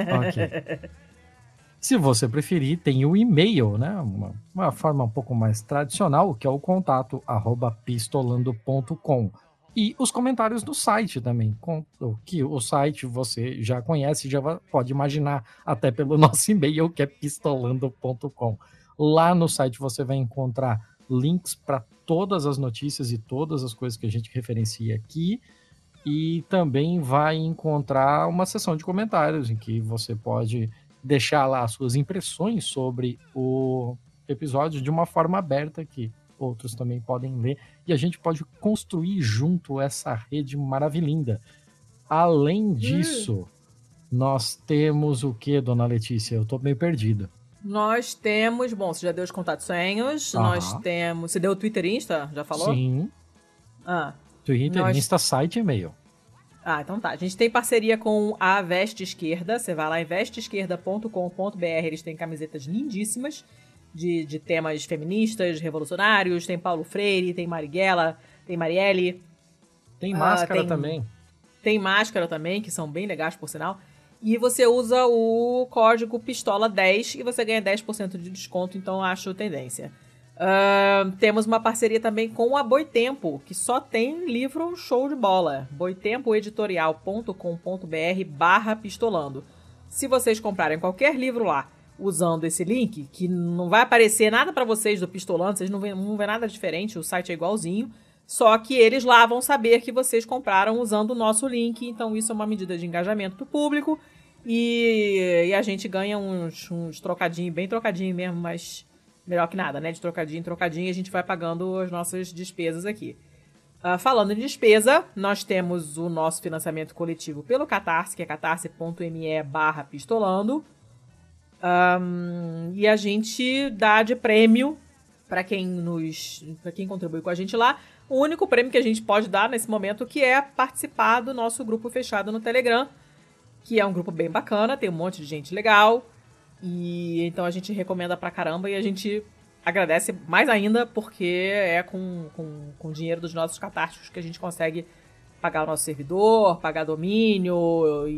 ok. Se você preferir, tem o e-mail, né? Uma, uma forma um pouco mais tradicional, que é o contato arroba pistolando ponto com. E os comentários do site também, que o site você já conhece, já pode imaginar até pelo nosso e-mail, que é pistolando ponto com. Lá no site você vai encontrar links para todas as notícias e todas as coisas que a gente referencia aqui, e também vai encontrar uma seção de comentários em que você pode deixar lá as suas impressões sobre o episódio de uma forma aberta, que outros também podem ler, e a gente pode construir junto essa rede maravilhinda. Além disso, hum. nós temos o que, dona Letícia? Eu tô meio perdido. Nós temos, bom, você já deu os contatos senhos, ah. nós temos, você deu o Twitter e Insta, já falou? Sim. Ah. Twitter, nós... Insta, site e e-mail. Ah, então tá. A gente tem parceria com a Veste Esquerda. Você vai lá em veste esquerda ponto com ponto b r. Eles têm camisetas lindíssimas de, de temas feministas, revolucionários. Tem Paulo Freire, tem Marighella, tem Marielle. Tem máscara uh, tem, também. Tem máscara também, que são bem legais, por sinal. E você usa o código pistola dez e você ganha dez por cento de desconto, então acho tendência. Uh, temos uma parceria também com a Boitempo, que só tem livro show de bola. boitempo editorial ponto com ponto b r barra pistolando. Se vocês comprarem qualquer livro lá usando esse link, que não vai aparecer nada para vocês do Pistolando, vocês não vêem, não vê nada diferente, o site é igualzinho, só que eles lá vão saber que vocês compraram usando o nosso link, então isso é uma medida de engajamento do público, e, e a gente ganha uns, uns trocadinhos, bem trocadinho mesmo, mas... melhor que nada, né? De trocadinho em trocadinho, a gente vai pagando as nossas despesas aqui. Uh, falando em despesa, nós temos o nosso financiamento coletivo pelo Catarse, que é catarse ponto m e barra pistolando. Um, e a gente dá de prêmio para quem nos, para quem contribui com a gente lá, o único prêmio que a gente pode dar nesse momento, que é participar do nosso grupo fechado no Telegram, que é um grupo bem bacana, tem um monte de gente legal. E então a gente recomenda pra caramba e a gente agradece mais ainda porque é com, com, com o dinheiro dos nossos catárticos que a gente consegue pagar o nosso servidor, pagar domínio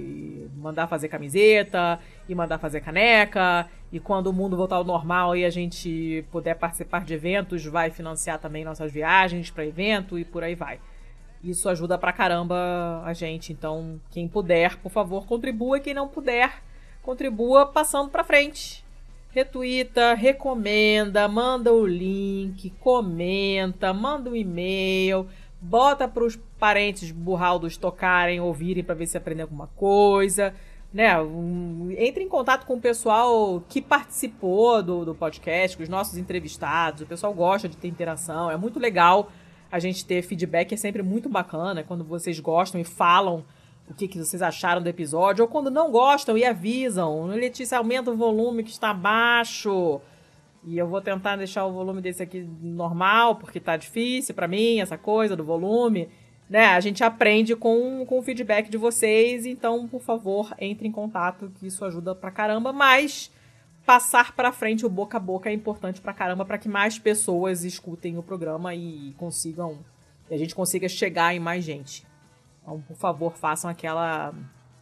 e mandar fazer camiseta e mandar fazer caneca, e quando o mundo voltar ao normal e a gente puder participar de eventos, vai financiar também nossas viagens para evento e por aí vai. Isso ajuda pra caramba a gente, então quem puder, por favor, contribua, e quem não puder, contribua passando pra frente. Retuita, recomenda, manda o link, comenta, manda um e-mail, bota pros parentes burraldos tocarem, ouvirem pra ver se aprendem alguma coisa, né? Um, entre em contato com o pessoal que participou do, do podcast, com os nossos entrevistados. O pessoal gosta de ter interação, é muito legal a gente ter feedback, é sempre muito bacana quando vocês gostam e falam o que, que vocês acharam do episódio, ou quando não gostam e avisam. Letícia, aumenta o volume que está baixo. E eu vou tentar deixar o volume desse aqui normal, porque tá difícil pra mim, essa coisa do volume. Né? A gente aprende com, com o feedback de vocês, então, por favor, entre em contato, que isso ajuda pra caramba. Mas passar pra frente o boca a boca é importante pra caramba, pra que mais pessoas escutem o programa e consigam, e a gente consiga chegar em mais gente. Então, por favor, façam aquela,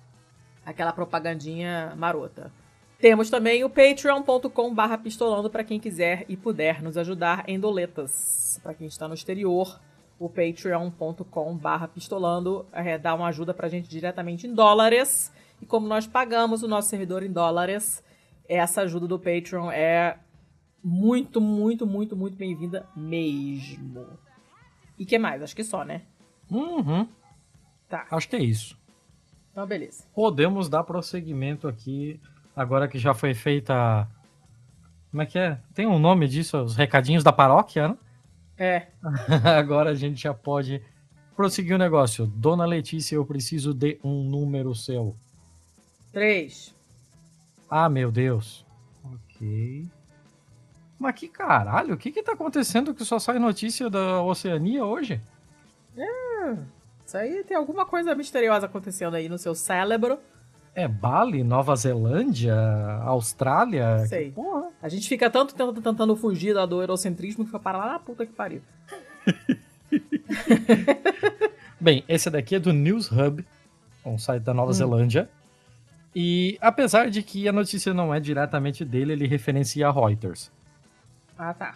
aquela propagandinha marota. Temos também o patreon ponto com barra pistolando para quem quiser e puder nos ajudar em doletas. Para quem está no exterior, o patreon ponto com barra pistolando é, dá uma ajuda para a gente diretamente em dólares. E como nós pagamos o nosso servidor em dólares, essa ajuda do Patreon é muito, muito, muito, muito bem-vinda mesmo. E que mais? Acho que só, né? Uhum. Tá. Acho que é isso. Então, beleza. Podemos dar prosseguimento aqui, agora que já foi feita... Como é que é? Tem um nome disso? Os recadinhos da paróquia, né? É. Agora a gente já pode prosseguir o negócio. Dona Letícia, eu preciso de um número seu. Três. Ah, meu Deus. Ok. Mas que caralho, o que que tá acontecendo que só sai notícia da Oceania hoje? É, isso aí tem alguma coisa misteriosa acontecendo aí no seu cérebro. É Bali, Nova Zelândia, Austrália? Sei. Que porra? A gente fica tanto tentando, tentando fugir do eurocentrismo que foi parar lá na puta que pariu. Bem, esse daqui é do News Hub, um site da Nova hum. Zelândia. E apesar de que a notícia não é diretamente dele, ele referencia a Reuters. Ah, tá.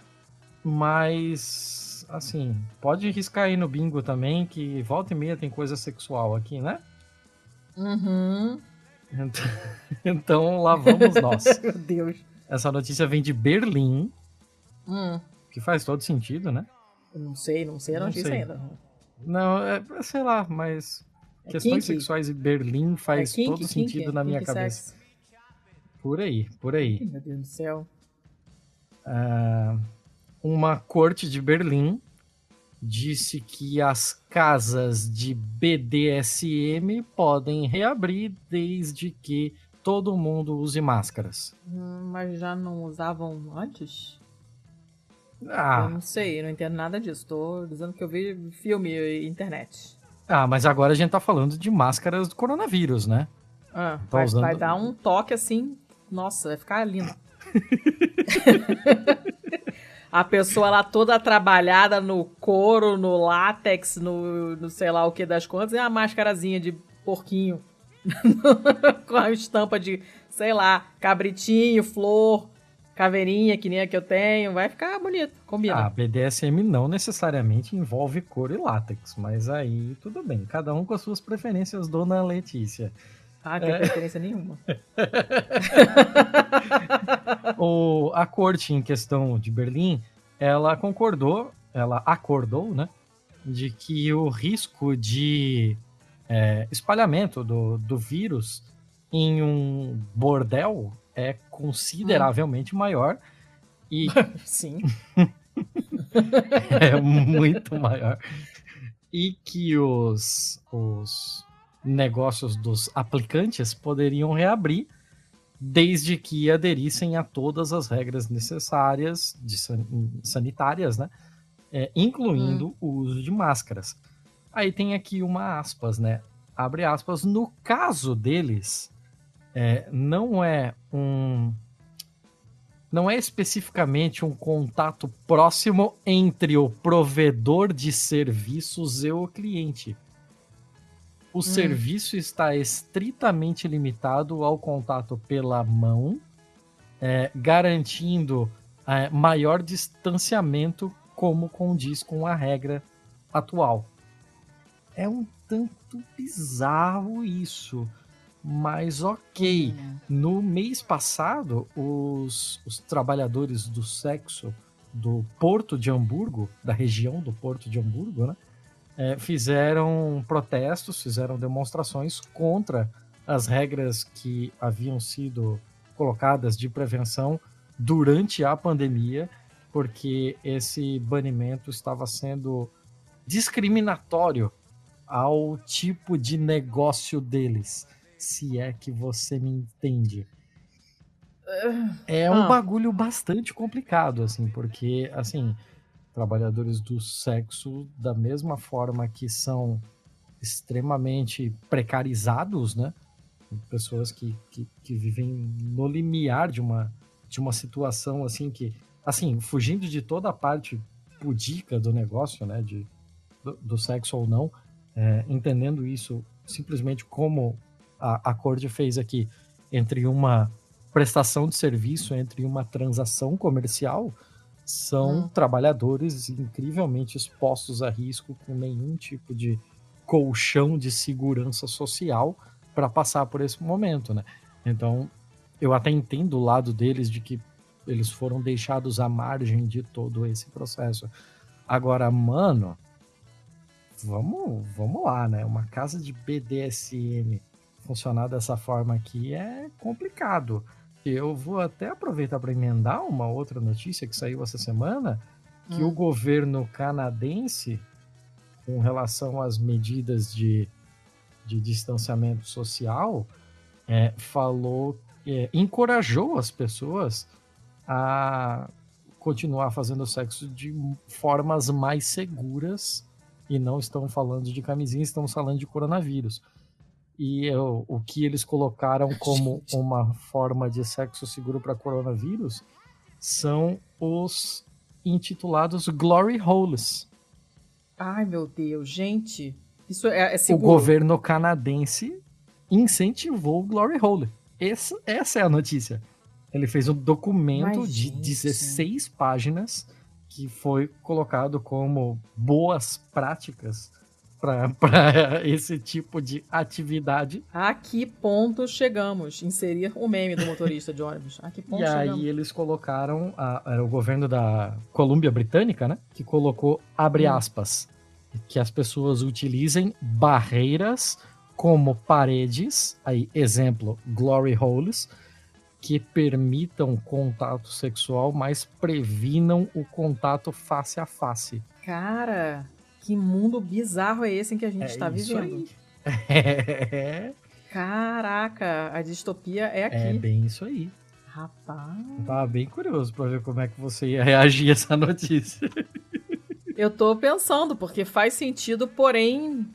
Mas, assim, pode riscar aí no bingo também, que volta e meia tem coisa sexual aqui, né? Uhum. Então, então lá vamos nós. Meu Deus. Essa notícia vem de Berlim, hum. que faz todo sentido, né? Eu não sei, não sei a notícia ainda. Não, é, sei lá, mas é questões kinky. sexuais em Berlim faz é kinky, todo kinky, sentido na kinky minha sex. cabeça. Por aí, por aí. Meu Deus do céu. Uh, uma corte de Berlim disse que as casas de B D S M podem reabrir desde que todo mundo use máscaras. Hum, mas já não usavam antes? Ah. Eu não sei, eu não entendo nada disso. Tô dizendo que eu vi filme e internet. Ah, mas agora a gente tá falando de máscaras do coronavírus, né? Ah, tá vai, usando... vai dar um toque assim, nossa, vai ficar lindo. A pessoa lá toda trabalhada no couro, no látex, no, no sei lá o que das contas, e a máscarazinha de porquinho. Com a estampa de, sei lá, cabritinho, flor, caveirinha, que nem a que eu tenho. Vai ficar bonito, combina. Ah, B D S M não necessariamente envolve couro e látex, mas aí tudo bem. Cada um com as suas preferências, dona Letícia. Ah, não tem é... preferência nenhuma. o, a corte em questão de Berlim, ela concordou, ela acordou, né, de que o risco de é, espalhamento do, do vírus em um bordel é consideravelmente hum. maior. E... Sim. é muito maior. E que os... os negócios dos aplicantes poderiam reabrir desde que aderissem a todas as regras necessárias de san- sanitárias, né? É, incluindo hum. o uso de máscaras. Aí tem aqui uma aspas, né? Abre aspas. No caso deles, é, não é um... não é especificamente um contato próximo entre o provedor de serviços e o cliente. O hum. serviço está estritamente limitado ao contato pela mão, é, garantindo é, maior distanciamento, como condiz com a regra atual. É um tanto bizarro isso, mas ok. Hum. No mês passado, os, os trabalhadores do sexo do Porto de Hamburgo, da região do Porto de Hamburgo, né? É, fizeram protestos, fizeram demonstrações contra as regras que haviam sido colocadas de prevenção durante a pandemia, porque esse banimento estava sendo discriminatório ao tipo de negócio deles, se é que você me entende. É um ah. bagulho bastante complicado, assim, porque, assim... trabalhadores do sexo, da mesma forma que são extremamente precarizados, né? Pessoas que, que, que vivem no limiar de uma, de uma situação assim que, assim, fugindo de toda a parte pudica do negócio, né? De, do, do sexo ou não, é, entendendo isso simplesmente como a, a Corte fez aqui, entre uma prestação de serviço, entre uma transação comercial, são hum. trabalhadores incrivelmente expostos a risco, com nenhum tipo de colchão de segurança social para passar por esse momento, né? Então, eu até entendo o lado deles de que eles foram deixados à margem de todo esse processo. Agora, mano, vamos, vamos lá, né? Uma casa de B D S M funcionar dessa forma aqui é complicado. Eu vou até aproveitar para emendar uma outra notícia que saiu essa semana, que hum. o governo canadense, com relação às medidas de, de distanciamento social, é, falou, é, encorajou as pessoas a continuar fazendo sexo de formas mais seguras, e não estamos falando de camisinha, estamos falando de coronavírus. E eu, o que eles colocaram como uma forma de sexo seguro para coronavírus são os intitulados Glory Holes. Ai, meu Deus, gente. Isso é, é O seguro. governo canadense incentivou o Glory Hole. Essa, essa é a notícia. Ele fez um documento Mas, de gente. dezesseis páginas que foi colocado como boas práticas para esse tipo de atividade. A que ponto chegamos? Inserir o meme do motorista de ônibus. A que ponto E chegamos? aí eles colocaram, a, era o governo da Colômbia Britânica, né? Que colocou, abre Hum. aspas, que as pessoas utilizem barreiras como paredes, aí exemplo, glory holes, que permitam contato sexual, mas previnam o contato face a face. Cara, que mundo bizarro é esse em que a gente É está isso vivendo? aí. É, Caraca, a distopia é aqui. é bem isso aí. Rapaz. Eu tava bem curioso pra ver como é que você ia reagir a essa notícia. Eu tô pensando, porque faz sentido, porém.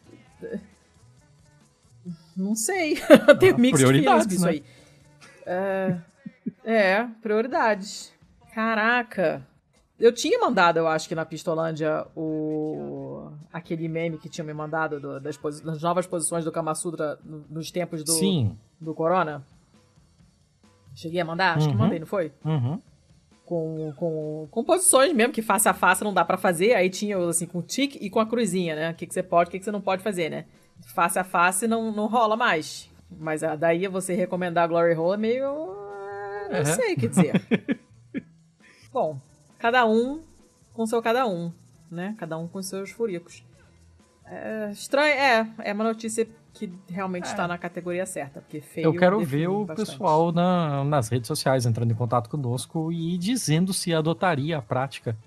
Não sei. Tenho Ah, mixed feelings prioridades, com isso né? aí. É, é, prioridades. Caraca. Eu tinha mandado, eu acho que na Pistolândia, o aquele meme que tinha me mandado do- das, posi- das novas posições do Kama Sutra no- nos tempos do, Sim. do Corona. Cheguei a mandar? Acho que Uhum. mandei, não foi? Uhum. Com, com, com posições mesmo, que face a face não dá pra fazer. Aí tinha assim, com tique e com a cruzinha, né? O que, que você pode, o que, que você não pode fazer, né? Face a face não, não rola mais. Mas ah, daí você recomendar a Glory Hole é meio... ah, Não É. sei o que dizer. Bom, cada um com seu cada um, né? Cada um com seus furicos. É estranho, é. É uma notícia que realmente está na categoria certa, porque feio... Eu quero define ver o bastante. pessoal na- nas redes sociais entrando em contato conosco e dizendo se adotaria a prática.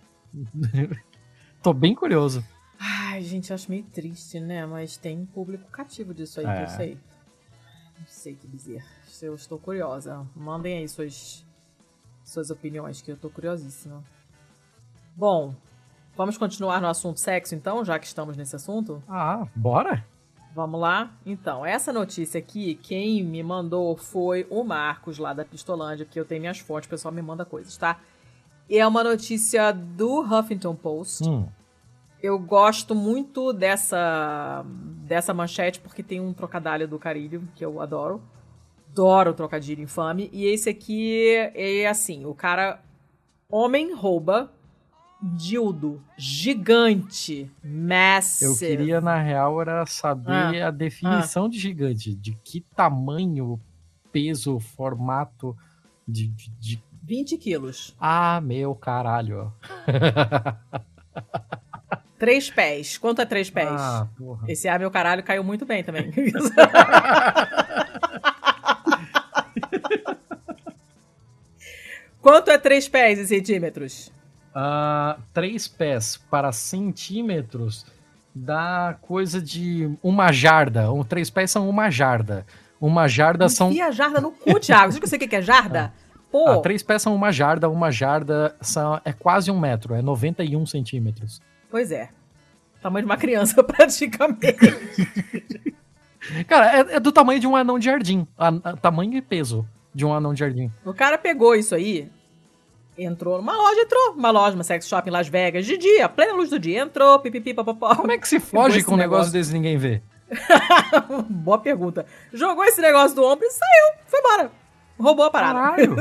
Tô bem curioso. Ai, gente, eu acho meio triste, né? Mas tem público cativo disso aí, que É. eu sei. Não sei o que dizer. Eu estou curiosa. Mandem aí suas, suas opiniões, que eu tô curiosíssima. Bom, vamos continuar no assunto sexo, então, já que estamos nesse assunto? Ah, bora? Vamos lá? Então, essa notícia aqui, quem me mandou foi o Marcos, lá da Pistolândia, porque eu tenho minhas fontes, o pessoal me manda coisas, tá? E é uma notícia do Huffington Post. Hum. Eu gosto muito dessa, dessa manchete porque tem um trocadilho do Carilho, que eu adoro. Adoro o trocadilho infame. E esse aqui é assim, o cara... Homem rouba dildo gigante, massive. Eu queria, na real, era saber Ah, a definição de gigante. De que tamanho, peso, formato de... de- de- vinte quilos. Ah, meu caralho. Três pés. Quanto é três pés? Ah, porra. Esse ah, meu caralho caiu muito bem também. Quanto é três pés em centímetros? Ah, três pés para centímetros dá coisa de uma jarda. Um, três pés são uma jarda. Uma jarda são... Enfia a jarda no cu, Thiago. Você que você que é jarda? Pô, Ah, três pés são uma jarda. Uma jarda são... é quase um metro. É noventa e um centímetros. pois é. Tamanho de uma criança, praticamente. Cara, é, é do tamanho de um anão de jardim. A, a- tamanho e peso de um anão de jardim. O cara pegou isso aí, entrou numa loja, entrou. Uma loja, uma sex shop em Las Vegas, de dia, plena luz do dia. Entrou, pipipi, papapó. Como é que se Pegou foge esse com um negócio negócio. desse e ninguém vê? Boa pergunta. Jogou esse negócio do ombro e saiu. Foi embora. Roubou a parada. Caralho!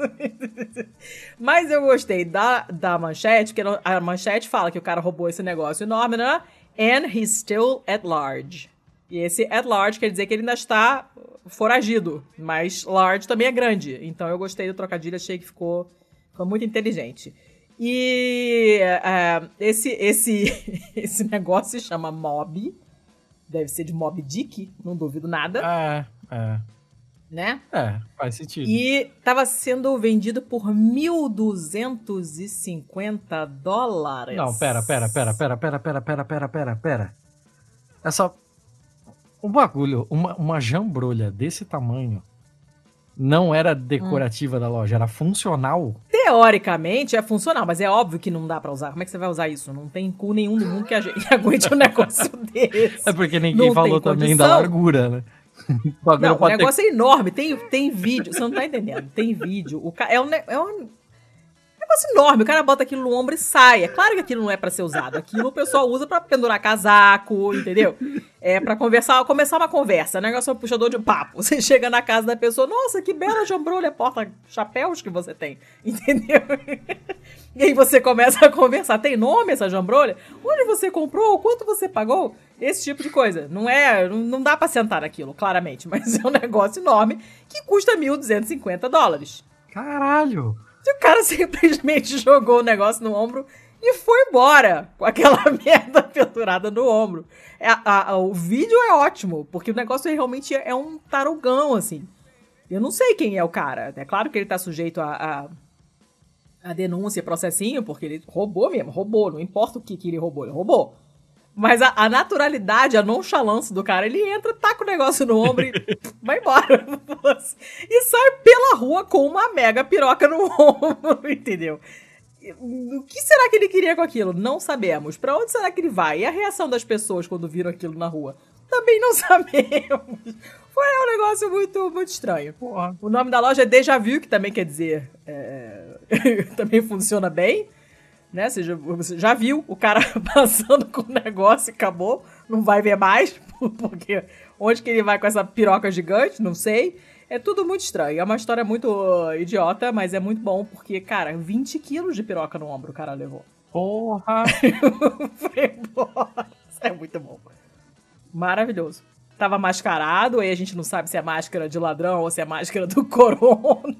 Mas eu gostei da, da manchete, porque a manchete fala que o cara roubou esse negócio enorme, né? And he's still at large. E esse at large quer dizer que ele ainda está foragido, mas large também é grande. Então eu gostei do trocadilho, achei que ficou, ficou muito inteligente. E é, esse, esse, esse negócio se chama Mob. Deve ser de Mob Dick, não duvido nada, É, é. né? É, faz sentido. E estava sendo vendido por mil duzentos e cinquenta dólares. Não, pera, pera, pera, pera, pera, pera, pera, pera, pera, pera. Essa... Um bagulho, uma, uma jambrolha desse tamanho não era decorativa da loja, era funcional. teoricamente é funcional, mas é óbvio que não dá pra usar. Como é que você vai usar isso? Não tem cu nenhum do mundo que, a gente, que aguente um negócio desse. É porque ninguém não falou também da largura, né? O não, o negócio ter... é enorme. Tem, tem vídeo, você não tá entendendo. Tem vídeo. O ca... é, um, é um negócio enorme. O cara bota aquilo no ombro e sai. É claro que aquilo não é pra ser usado. Aquilo o pessoal usa pra pendurar casaco, entendeu? É pra conversar, começar uma conversa. O negócio é um puxador de papo. Você chega na casa da pessoa, nossa, que bela jambrolha porta-chapéus que você tem. Entendeu? E aí você começa a conversar. Tem nome essa jambrolha? Onde você comprou? Quanto você pagou? Esse tipo de coisa. Não é, não dá pra sentar naquilo, claramente. Mas é um negócio enorme que custa mil duzentos e cinquenta dólares. Caralho! E o cara simplesmente jogou o negócio no ombro e foi embora com aquela merda pendurada no ombro. É, a, a, o vídeo é ótimo, porque o negócio realmente é um tarugão, assim. Eu não sei quem é o cara. É claro que ele tá sujeito a, a, a denúncia, processinho, porque ele roubou mesmo, roubou. Não importa o que, que ele roubou, ele roubou. Mas a, a naturalidade, a nonchalância do cara, ele entra, taca o negócio no ombro e vai embora. E sai pela rua com uma mega piroca no ombro, entendeu? O que será que ele queria com aquilo? Não sabemos. Pra onde será que ele vai? E a reação das pessoas quando viram aquilo na rua? Também não sabemos. Foi um negócio muito, muito estranho. Porra. O nome da loja é Déjà Vu, que também quer dizer... É... também funciona bem. Né? Você, já, você já viu o cara passando com o negócio e acabou. Não vai ver mais. Porque onde que ele vai com essa piroca gigante? Não sei. É tudo muito estranho. É uma história muito idiota, mas é muito bom. Porque, cara, vinte quilos de piroca no ombro o cara levou. Porra! Foi embora. Isso é muito bom. Maravilhoso. Tava mascarado. Aí a gente não sabe se é máscara de ladrão ou se é máscara do corona.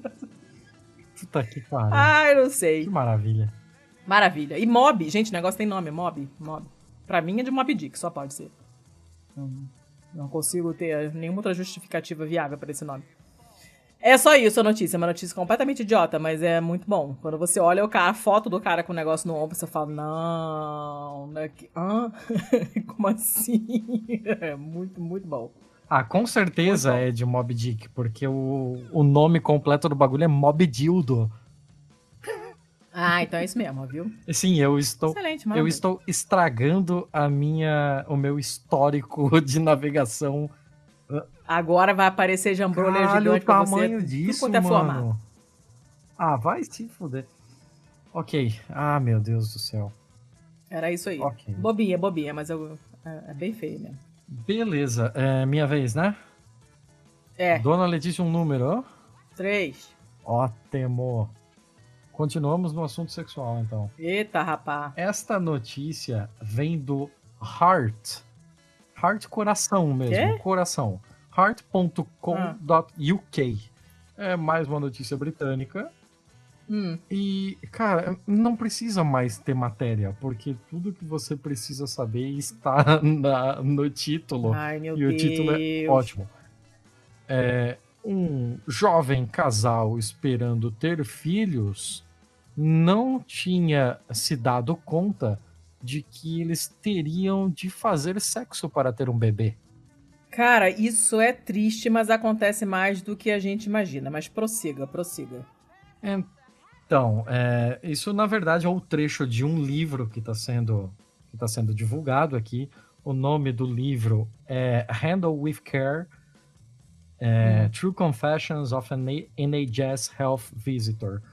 Puta que pariu. Ai, não sei. Que maravilha. Maravilha. E Mob, gente, o negócio tem nome, Mob, Mob. Pra mim é de Mob Dick, só pode ser. Não, não consigo ter nenhuma outra justificativa viável pra esse nome. É só isso a notícia, é uma notícia completamente idiota, mas é muito bom. Quando você olha o cara, a foto do cara com o negócio no ombro, você fala, não, né? Hã? Como assim? É muito, muito bom. Ah, com certeza é de Mob Dick, porque o, o nome completo do bagulho é Mob Dildo. Ah, então é isso mesmo, viu? Sim, eu estou, Excelente, eu estou estragando a minha, o meu histórico de navegação. Agora vai aparecer jambrolha gigante pra você. Olha o tamanho disso, tudo quanto é mano. formato. Ah, vai se fuder. Ok. Ah, meu Deus do céu. Era isso aí. Okay. Bobinha, bobinha, mas eu, é, é bem feio mesmo. Beleza. É minha vez, né? É. Dona Letícia, um número. Três. Ótimo. Continuamos no assunto sexual, então. Eita, rapá. Esta notícia vem do Heart. Heart coração mesmo. Quê? Coração. heart ponto com ponto u k. É mais uma notícia britânica. Hum. E, cara, não precisa mais ter matéria, porque tudo que você precisa saber está na, no título. Ai, meu e Deus. o título é ótimo. É... Um jovem casal esperando ter filhos não tinha se dado conta de que eles teriam de fazer sexo para ter um bebê. Cara, isso é triste, mas acontece mais do que a gente imagina. Mas prossiga, prossiga. Então, é, isso na verdade é o trecho de um livro que está sendo, que tá sendo divulgado aqui. O nome do livro é Handle with Care. É, hum. True Confessions of an N H S Health Visitor.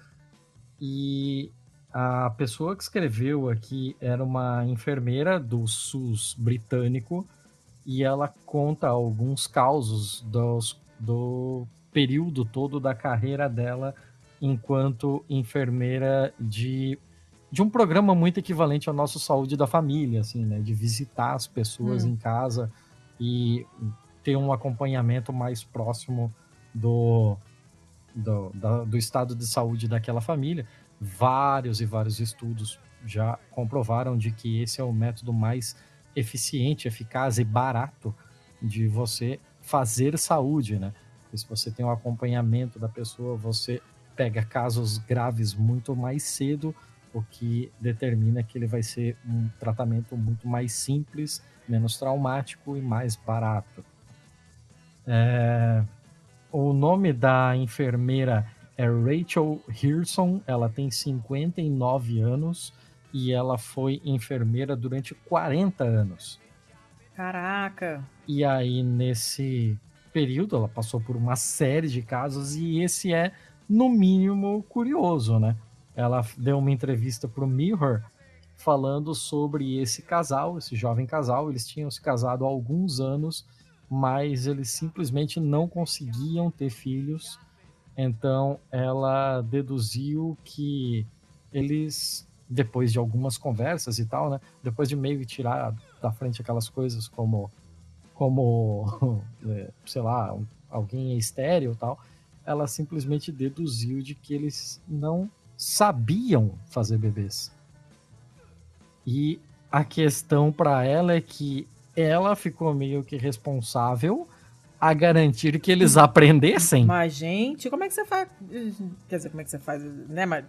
E a pessoa que escreveu aqui era uma enfermeira do SUS britânico e ela conta alguns causos dos, do período todo da carreira dela enquanto enfermeira de, de um programa muito equivalente ao nosso Saúde da Família, assim, né? De visitar as pessoas hum. em casa e ter um acompanhamento mais próximo do, do, da, do estado de saúde daquela família. Vários e vários estudos já comprovaram de que esse é o método mais eficiente, eficaz e barato de você fazer saúde, né? E se você tem um acompanhamento da pessoa, você pega casos graves muito mais cedo, o que determina que ele vai ser um tratamento muito mais simples, menos traumático e mais barato. É... O nome da enfermeira é Rachel Hirson, ela tem cinquenta e nove anos e ela foi enfermeira durante quarenta anos. Caraca! E aí, nesse período, ela passou por uma série de casos e esse é, no mínimo, curioso, né? Ela deu uma entrevista para o Mirror falando sobre esse casal, esse jovem casal. Eles tinham se casado há alguns anos, mas eles simplesmente não conseguiam ter filhos. Então, ela deduziu que eles, depois de algumas conversas e tal, né? Depois de meio que tirar da frente aquelas coisas como, como sei lá, alguém é estéril e tal, ela simplesmente deduziu de que eles não sabiam fazer bebês. E a questão para ela é que ela ficou meio que responsável a garantir que eles aprendessem. Mas, gente, como é que você faz? Quer dizer, como é que você faz, né, mas...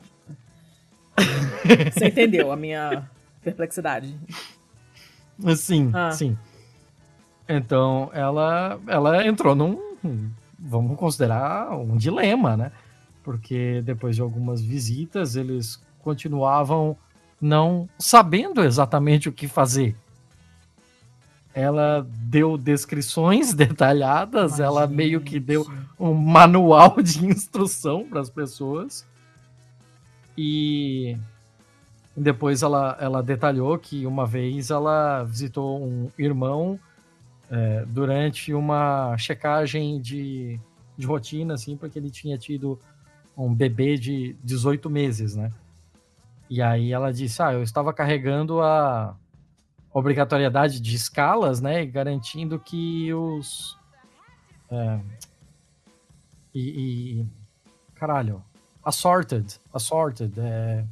Você entendeu a minha perplexidade? Sim, ah. sim. Então, ela, ela entrou num, vamos considerar, um dilema, né? Porque depois de algumas visitas, eles continuavam não sabendo exatamente o que fazer. Ela deu descrições detalhadas, Mas, ela gente. meio que deu um manual de instrução para as pessoas. E depois ela, ela detalhou que uma vez ela visitou um irmão é, durante uma checagem de, de rotina, assim, porque ele tinha tido um bebê de dezoito meses, né? E aí ela disse, ah, eu estava carregando a obrigatoriedade de escalas, né, e garantindo que os... É, e, e... Caralho. Assorted. Assorted. É,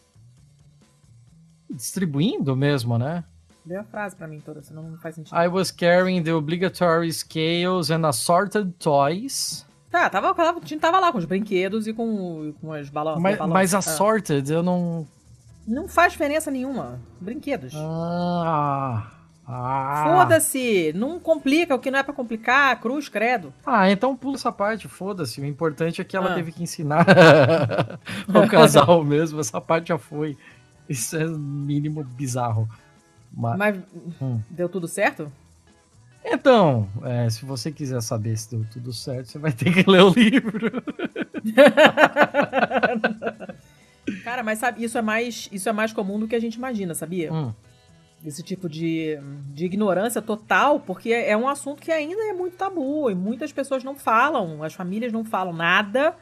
distribuindo mesmo, né? Dê a frase pra mim toda, senão não faz sentido. I was carrying the obligatory scales and assorted toys. Tá, tava, tava, tava lá com os brinquedos e com, com as balanças. Mas, mas assorted, ah. eu não... Não faz diferença nenhuma. Brinquedos. Ah... Ah. Foda-se! Não complica o que não é pra complicar, cruz, credo. Ah, então pula essa parte, foda-se. O importante é que ela ah. teve que ensinar o casal mesmo. Essa parte já foi. Isso é mínimo bizarro. Mas, Mas hum. deu tudo certo? Então, é, se você quiser saber se deu tudo certo, você vai ter que ler o livro. Cara, mas sabe, isso é mais, isso é mais comum do que a gente imagina, sabia? Hum. Esse tipo de, de ignorância total, porque é um assunto que ainda é muito tabu e muitas pessoas não falam, as famílias não falam nada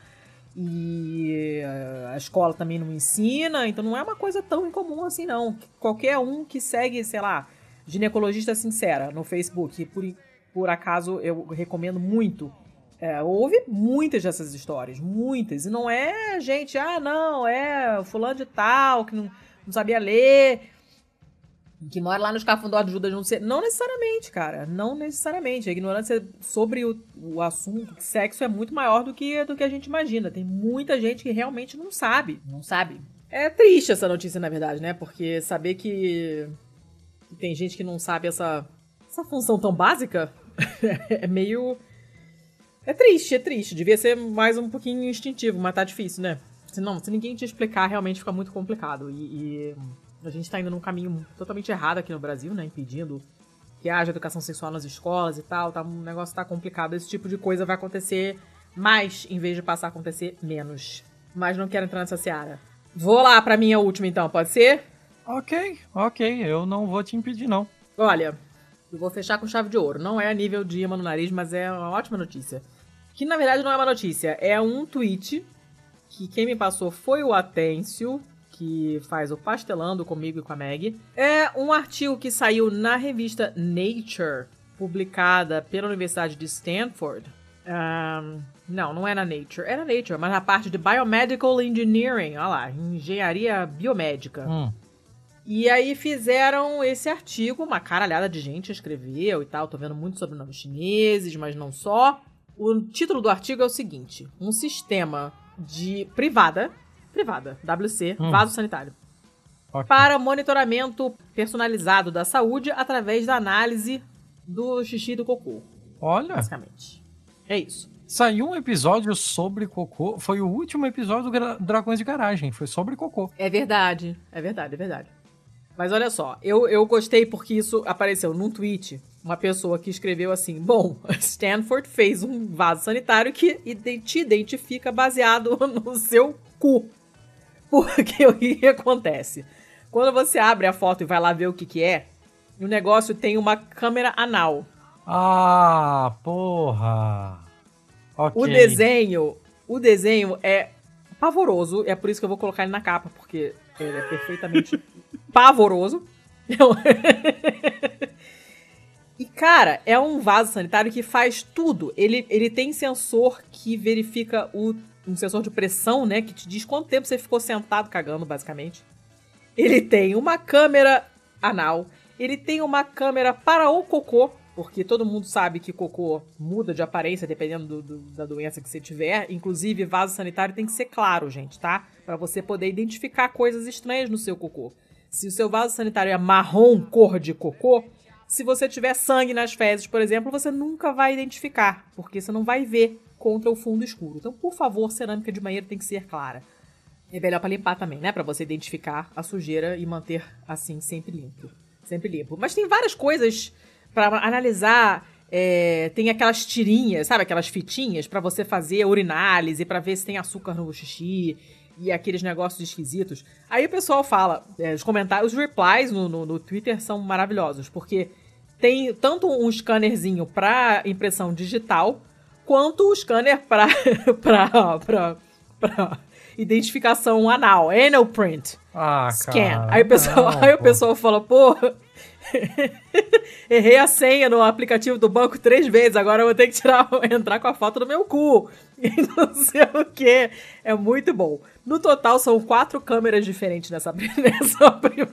e a escola também não ensina, então não é uma coisa tão incomum assim não. Qualquer um que segue, sei lá, Ginecologista Sincera no Facebook, por, por acaso eu recomendo muito, é, houve muitas dessas histórias, muitas, e não é gente, ah não, é fulano de tal, que não, não sabia ler... que mora lá nos Cafundó de Judas, não sei. Não necessariamente, cara. Não necessariamente. A ignorância sobre o, o assunto sexo é muito maior do que, do que a gente imagina. Tem muita gente que realmente não sabe. Não sabe. É triste essa notícia, na verdade, né? Porque saber que, que tem gente que não sabe essa, essa função tão básica é meio... É triste, é triste. Devia ser mais um pouquinho instintivo, mas tá difícil, né? Se, não, se ninguém te explicar, realmente fica muito complicado. E... e... a gente tá indo num caminho totalmente errado aqui no Brasil, né? Impedindo que haja educação sexual nas escolas e tal. Tá, um negócio tá complicado. Esse tipo de coisa vai acontecer mais, em vez de passar a acontecer menos. Mas não quero entrar nessa seara. Vou lá pra minha última, então. Pode ser? Ok, ok. Eu não vou te impedir, não. Olha, eu vou fechar com chave de ouro. Não é a nível de imã no nariz, mas é uma ótima notícia. Que, na verdade, não é uma notícia. É um tweet que quem me passou foi o Atêncio, que faz o Pastelando comigo e com a Meg. É um artigo que saiu na revista Nature, publicada pela Universidade de Stanford. Um, não, não é na Nature. É na Nature, mas na parte de Biomedical Engineering. Olha lá, engenharia biomédica. Hum. E aí fizeram esse artigo, uma caralhada de gente escreveu e tal. Tô vendo muito sobre nomes chineses, mas não só. O título do artigo é o seguinte: um sistema de privada... privada, W C, hum. vaso sanitário, okay. para monitoramento personalizado da saúde através da análise do xixi e do cocô. Olha! Basicamente. É isso. Saiu um episódio sobre cocô. Foi o último episódio do Gra- Dragões de Garagem. Foi sobre cocô. É verdade, é verdade, é verdade. Mas olha só, eu, eu gostei porque isso apareceu num tweet. Uma pessoa que escreveu assim: bom, Stanford fez um vaso sanitário que ide- te identifica baseado no seu cu. Porque o que acontece? Quando você abre a foto e vai lá ver o que que é, o negócio tem uma câmera anal. Ah, porra. Ok. O desenho, o desenho é pavoroso, é por isso que eu vou colocar ele na capa, porque ele é perfeitamente pavoroso. E, cara, é um vaso sanitário que faz tudo. Ele, ele tem sensor que verifica o, um sensor de pressão, né, que te diz quanto tempo você ficou sentado cagando, basicamente. Ele tem uma câmera anal, ele tem uma câmera para o cocô, porque todo mundo sabe que cocô muda de aparência dependendo do, do, da doença que você tiver. Inclusive, vaso sanitário tem que ser claro, gente, tá? Pra você poder identificar coisas estranhas no seu cocô. Se o seu vaso sanitário é marrom, cor de cocô, se você tiver sangue nas fezes, por exemplo, você nunca vai identificar, porque você não vai ver contra o fundo escuro. Então, por favor, cerâmica de banheiro tem que ser clara. É melhor pra limpar também, né? Pra você identificar a sujeira e manter, assim, sempre limpo. Sempre limpo. Mas tem várias coisas pra analisar, é, tem aquelas tirinhas, sabe? Aquelas fitinhas pra você fazer urinálise, pra ver se tem açúcar no xixi e aqueles negócios esquisitos. Aí o pessoal fala, é, os comentários, os replies no, no, no Twitter são maravilhosos, porque tem tanto um scannerzinho pra impressão digital, quanto o scanner pra, pra, pra, pra identificação anal, anal print. Ah, Scan. cara. Aí o pessoal, não, aí o pô. pessoal fala, pô, errei a senha no aplicativo do banco três vezes, agora eu vou ter que tirar, entrar com a foto do meu cu. E não sei o que. É muito bom. No total, são quatro câmeras diferentes nessa, nessa privada.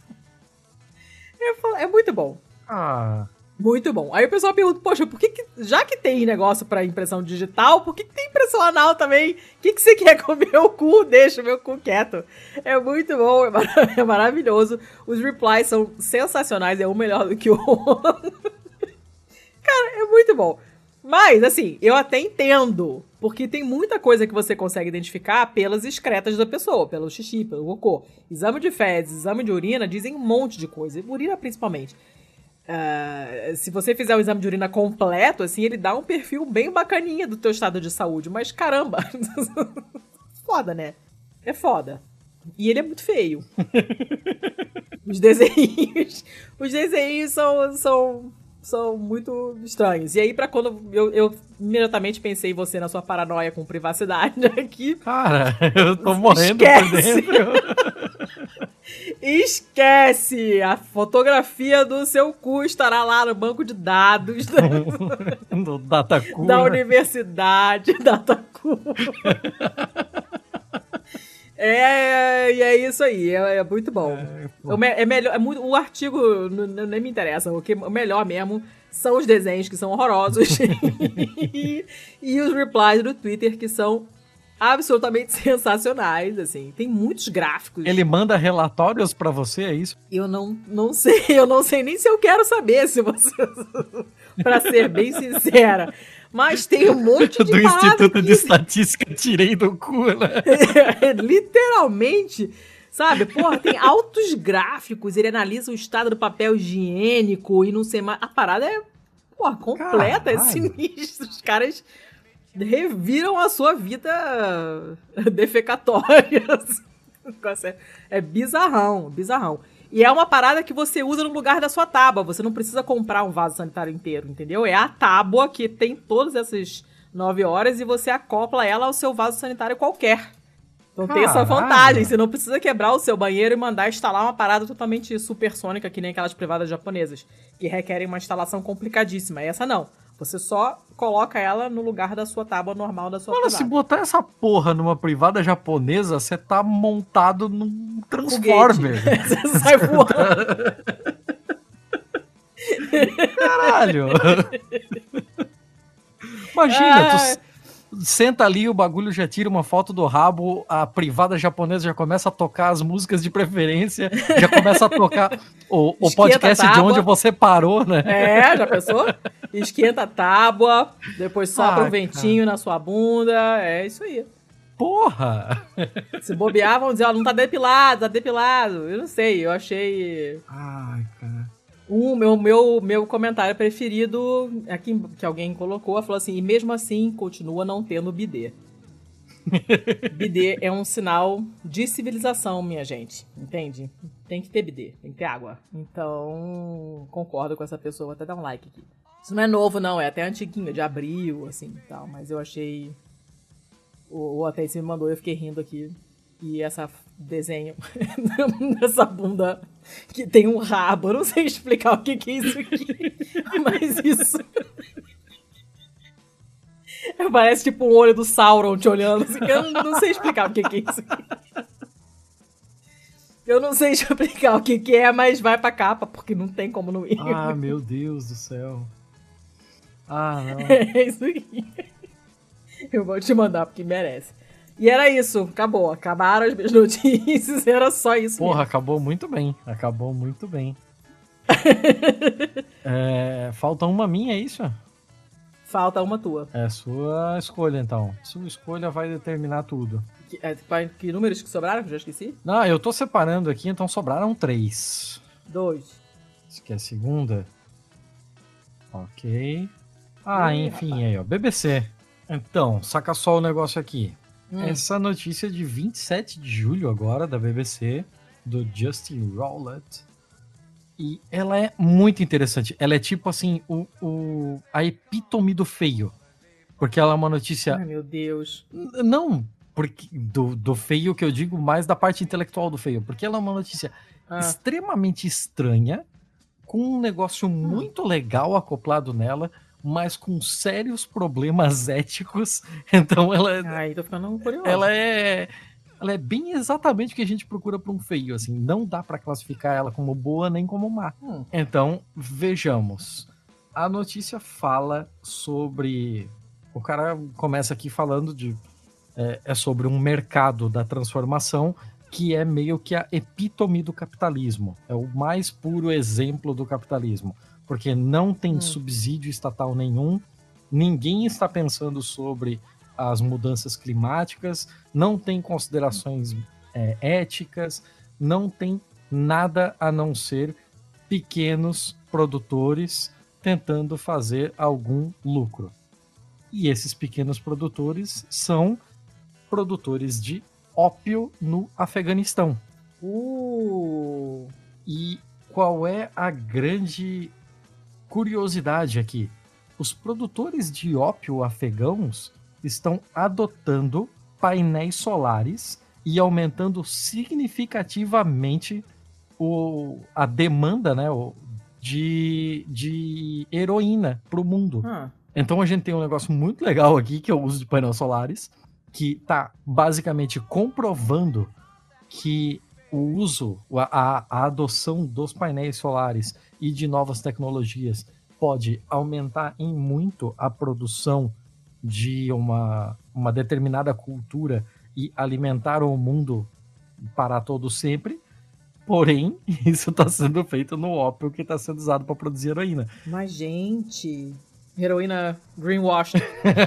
É, é muito bom. Ah, Muito bom. Aí o pessoal pergunta, poxa, por que, que já que tem negócio pra impressão digital, por que, que tem impressão anal também? O que, que você quer com o meu cu? Deixa o meu cu quieto. É muito bom, é, mar- é maravilhoso. Os replies são sensacionais, é um melhor do que o outro. Cara, é muito bom. Mas, assim, eu até entendo, porque tem muita coisa que você consegue identificar pelas excretas da pessoa, pelo xixi, pelo cocô. Exame de fezes, exame de urina, dizem um monte de coisa, urina principalmente. Uh, se você fizer o exame de urina completo, assim, ele dá um perfil bem bacaninha do teu estado de saúde, mas caramba, foda, né? É foda. E ele é muito feio. Os desenhos, os desenhos são, são, são muito estranhos. E aí, pra quando eu, eu imediatamente pensei em você na sua paranoia com privacidade aqui. cara, eu tô morrendo Esquece. por dentro. Esquece! A fotografia do seu cu estará lá no banco de dados da, Do Datacu. da né? universidade, Datacu. É, e é isso aí, é, é muito bom. É, pô. O, me- é melhor, é muito, o artigo n- n- nem me interessa, o, que, o melhor mesmo são os desenhos que são horrorosos e, e os replies do Twitter que são absolutamente sensacionais, assim. Tem muitos gráficos. Ele manda relatórios pra você, é isso? Eu não, não sei, eu não sei nem se eu quero saber, se você... pra ser bem sincera. Mas tem um monte de Do parada Instituto que- de Estatística tirei do cu, né? Literalmente, sabe? Porra, tem altos gráficos, ele analisa o estado do papel higiênico e não sei mais. A parada é, porra, completa, é Caralho. sinistro. Os caras reviram a sua vida defecatória. É, é bizarrão, bizarrão. E é uma parada que você usa no lugar da sua tábua. Você não precisa comprar um vaso sanitário inteiro, entendeu? É a tábua que tem todas essas nove horas e você acopla ela ao seu vaso sanitário qualquer. Então tem essa Caralho. vantagem. Você não precisa quebrar o seu banheiro e mandar instalar uma parada totalmente supersônica, que nem aquelas privadas japonesas, que requerem uma instalação complicadíssima. Essa não. Você só coloca ela no lugar da sua tábua normal da sua Mano, se privada. botar essa porra numa privada japonesa, você tá montado num Transformer. Você sai voando. Caralho. Imagina, Ah. tu s- senta ali, o bagulho já tira uma foto do rabo, a privada japonesa já começa a tocar as músicas de preferência, já começa a tocar o, o Esquenta podcast a de tábua. onde você parou, né? É, já pensou? Esquenta a tábua, depois sopra Ah, um ventinho cara. na sua bunda. É isso aí. Porra! Se bobear, vão dizer, ó, não tá depilado, tá depilado. Eu não sei, eu achei... Ai, cara. O meu, meu, meu comentário preferido, aqui que alguém colocou, falou assim, e mesmo assim continua não tendo bidê. Bidê é um sinal de civilização, minha gente, entende? Tem que ter bidê, tem que ter água. Então, concordo com essa pessoa, vou até dar um like aqui. Isso não é novo não, é até antiguinho, de abril, assim, e tal, mas eu achei... O, o Até me mandou, eu fiquei rindo aqui. E essa desenho dessa bunda que tem um rabo. Eu não sei explicar o que, que é isso aqui. Mas isso... Parece tipo um olho do Sauron te olhando. Assim, eu não, não sei explicar o que, que é isso aqui. Eu não sei explicar o que, que é, mas vai pra capa, porque não tem como não ir. Ah, meu Deus do céu. Ah, não. É isso aqui. Eu vou te mandar porque merece. E era isso, acabou. Acabaram as minhas notícias, era só isso. Porra, mesmo. acabou muito bem. Acabou muito bem. é, falta uma minha, é isso? Falta uma tua. É sua escolha, então. Sua escolha vai determinar tudo. Que, é, que- que números que sobraram? Que eu já esqueci? Não, eu tô separando aqui, então sobraram três. Dois. Isso aqui é a segunda. Ok. Ah, Ih, enfim, rapaz. aí, ó. B B C. Então, saca só o negócio aqui. Hum. Essa notícia é de vinte e sete de julho agora, da B B C, do Justin Rowlett. E ela é muito interessante. Ela é tipo assim, o, o, a epítome do feio. Porque ela é uma notícia... Ai, meu Deus. N- Não porque do, do feio que eu digo, mais da parte intelectual do feio. Porque ela é uma notícia Ah. extremamente estranha, com um negócio muito legal acoplado nela, mas com sérios problemas éticos. Então ela, é- Ai, tô ficando curiosa. ela é... Ela é bem exatamente o que a gente procura para um feio, assim. Não dá para classificar ela como boa nem como má. Hum. Então, vejamos. A notícia fala sobre... O cara começa aqui falando de... É, é sobre um mercado da transformação que é meio que a epítome do capitalismo. É o mais puro exemplo do capitalismo. Porque não tem Hum. subsídio estatal nenhum, ninguém está pensando sobre as mudanças climáticas, não tem considerações é, éticas, não tem nada a não ser pequenos produtores tentando fazer algum lucro. E esses pequenos produtores são produtores de ópio no Afeganistão. Uh. E qual é a grande curiosidade aqui? Os produtores de ópio afegãos estão adotando painéis solares e aumentando significativamente o, a demanda, né, o, de, de heroína para o mundo. Ah. Então a gente tem um negócio muito legal aqui, que é o uso de painéis solares, que está basicamente comprovando que o uso, a, a adoção dos painéis solares e de novas tecnologias pode aumentar em muito a produção de uma, uma determinada cultura e alimentar o mundo para todo sempre. Porém, isso está sendo feito no ópio que está sendo usado para produzir heroína. Mas, gente... Heroína greenwashing.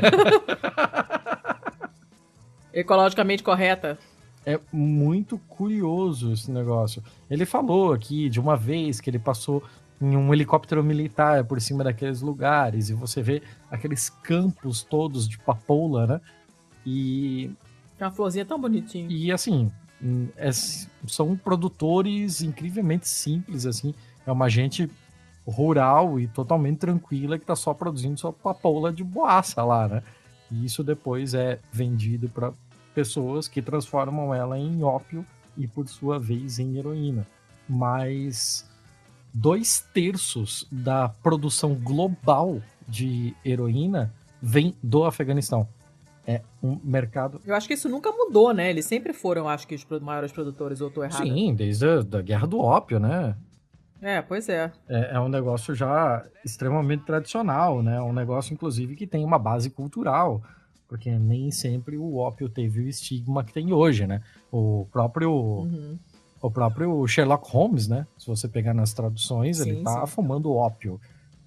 Ecologicamente correta. É muito curioso esse negócio. Ele falou aqui de uma vez que ele passou em um helicóptero militar por cima daqueles lugares e você vê aqueles campos todos de papoula, né? E, Tem uma florzinha tão bonitinha. e assim, hum, é- são produtores incrivelmente simples, assim. É uma gente rural e totalmente tranquila que tá só produzindo sua papoula de boaça lá, né? E isso depois é vendido para pessoas que transformam ela em ópio e, por sua vez, em heroína. Mas dois terços da produção global de heroína vem do Afeganistão. É um mercado... Eu acho que isso nunca mudou, né? Eles sempre foram, acho que, os pro- maiores produtores, ou eu tô errado? Sim, desde a da guerra do ópio, né? É, pois é. É, é um negócio já extremamente tradicional, né? Um negócio, inclusive, que tem uma base cultural, porque nem sempre o ópio teve o estigma que tem hoje, né? O próprio, Uhum. o próprio Sherlock Holmes, né? Se você pegar nas traduções, ele Sim, tá sim. fumando ópio.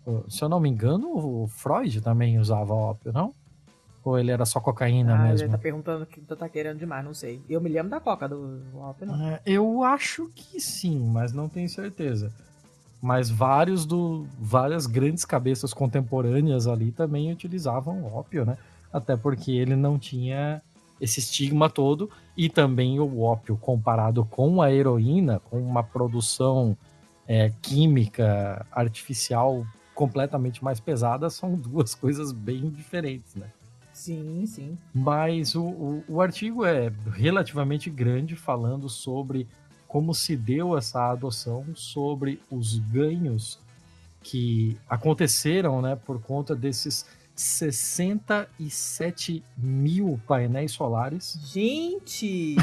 Se eu não me engano, o Freud também usava ópio, não? Ou ele era só cocaína ah, mesmo? Ele tá perguntando o que tu tá querendo demais, não sei. Eu me lembro da coca, do ópio, não. É, eu acho que sim, mas não tenho certeza. Mas vários do, várias grandes cabeças contemporâneas ali também utilizavam ópio, né? Até porque ele não tinha esse estigma todo. E também o ópio, comparado com a heroína, com uma produção é, química artificial completamente mais pesada, são duas coisas bem diferentes, né? Sim, sim. Mas o, o, o artigo é relativamente grande, falando sobre como se deu essa adoção, sobre os ganhos que aconteceram, né, por conta desses sessenta e sete mil painéis solares. Gente!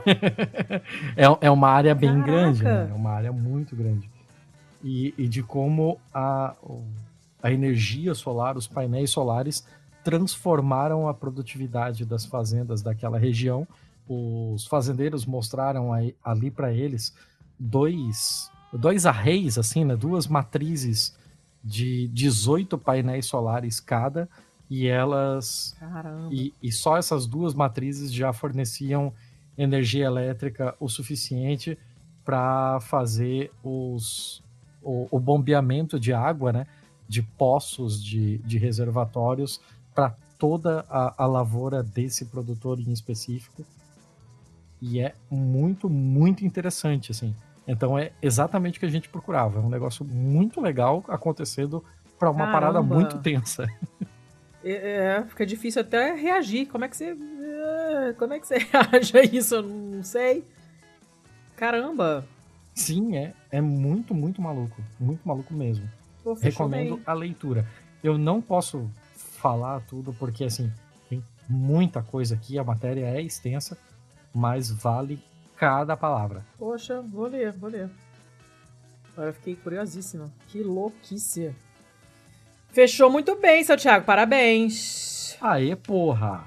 é, é uma área bem Caraca. grande, né? É uma área muito grande. E, e de como a, a energia solar, os painéis solares, transformaram a produtividade das fazendas daquela região. Os fazendeiros mostraram aí, ali para eles dois, dois arrays, assim, né? Duas matrizes de dezoito painéis solares cada, e elas Caramba. e, e só essas duas matrizes já forneciam energia elétrica o suficiente para fazer os, o, o bombeamento de água, né? De poços, de, de reservatórios para toda a, a lavoura desse produtor em específico. E é muito, muito interessante, assim. Então é exatamente o que a gente procurava. É um negócio muito legal acontecendo para uma Caramba. parada muito tensa. É, é, fica difícil até reagir. Como é que você... Como é que você reage a isso? Eu não sei. Caramba. Sim, é, é muito, muito maluco. Muito maluco mesmo. Pô, fechou Recomendo bem. a leitura. Eu não posso falar tudo porque, assim, tem muita coisa aqui. A matéria é extensa, mas vale cada palavra. Poxa, vou ler, vou ler. Agora eu fiquei curiosíssimo. Que louquice. Fechou muito bem, seu Thiago. Parabéns. Aê, porra!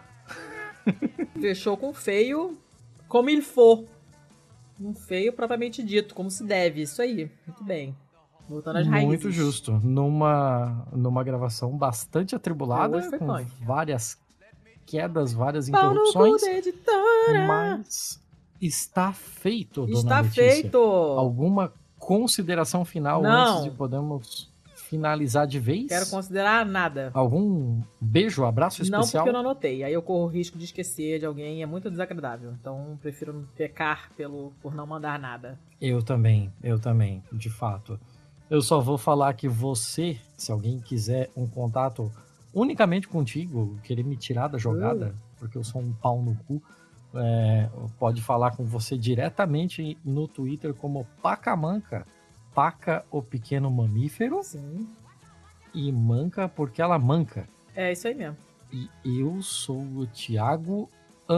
Fechou com feio como ele for. Um feio propriamente dito, como se deve. Isso aí. Muito bem. Voltando às raízes. Muito justo. Numa, numa gravação bastante atribulada, Hoje foi com punk. várias quedas, várias Pau no cu interrupções. da editora. Mas está feito, dona Está Letícia. feito. Alguma consideração final Não. antes de podermos finalizar de vez? Quero considerar nada. Algum beijo, abraço Não, especial? porque eu não anotei. Aí eu corro o risco de esquecer de alguém. É muito desagradável. Então prefiro não pecar pelo, por não mandar nada. Eu também, eu também, de fato. Eu só vou falar que você, se alguém quiser um contato unicamente contigo, querer me tirar da jogada, uh. porque eu sou um pau no cu, é, pode falar com você diretamente no Twitter como Pacamanca. Paca, o pequeno mamífero. Sim. E manca porque ela manca. É isso aí mesmo. E eu sou o Thiago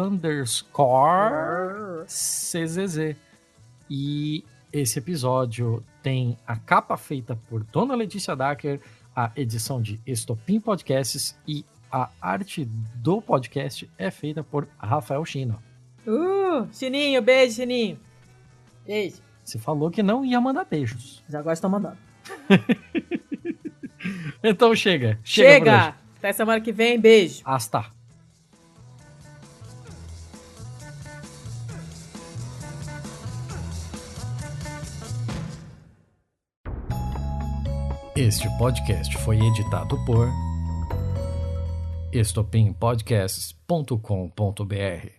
underscore C Z Z. E esse episódio tem a capa feita por Dona Letícia Dacker, a edição de Estopim Podcasts e a arte do podcast é feita por Rafael Chino. Uh, Sininho, beijo, Sininho. Beijo. Você falou que não ia mandar beijos. Já agora estou mandando. Então chega. Chega! Chega! Até semana que vem, beijo. Hasta. Este podcast foi editado por estopim podcasts ponto com ponto br.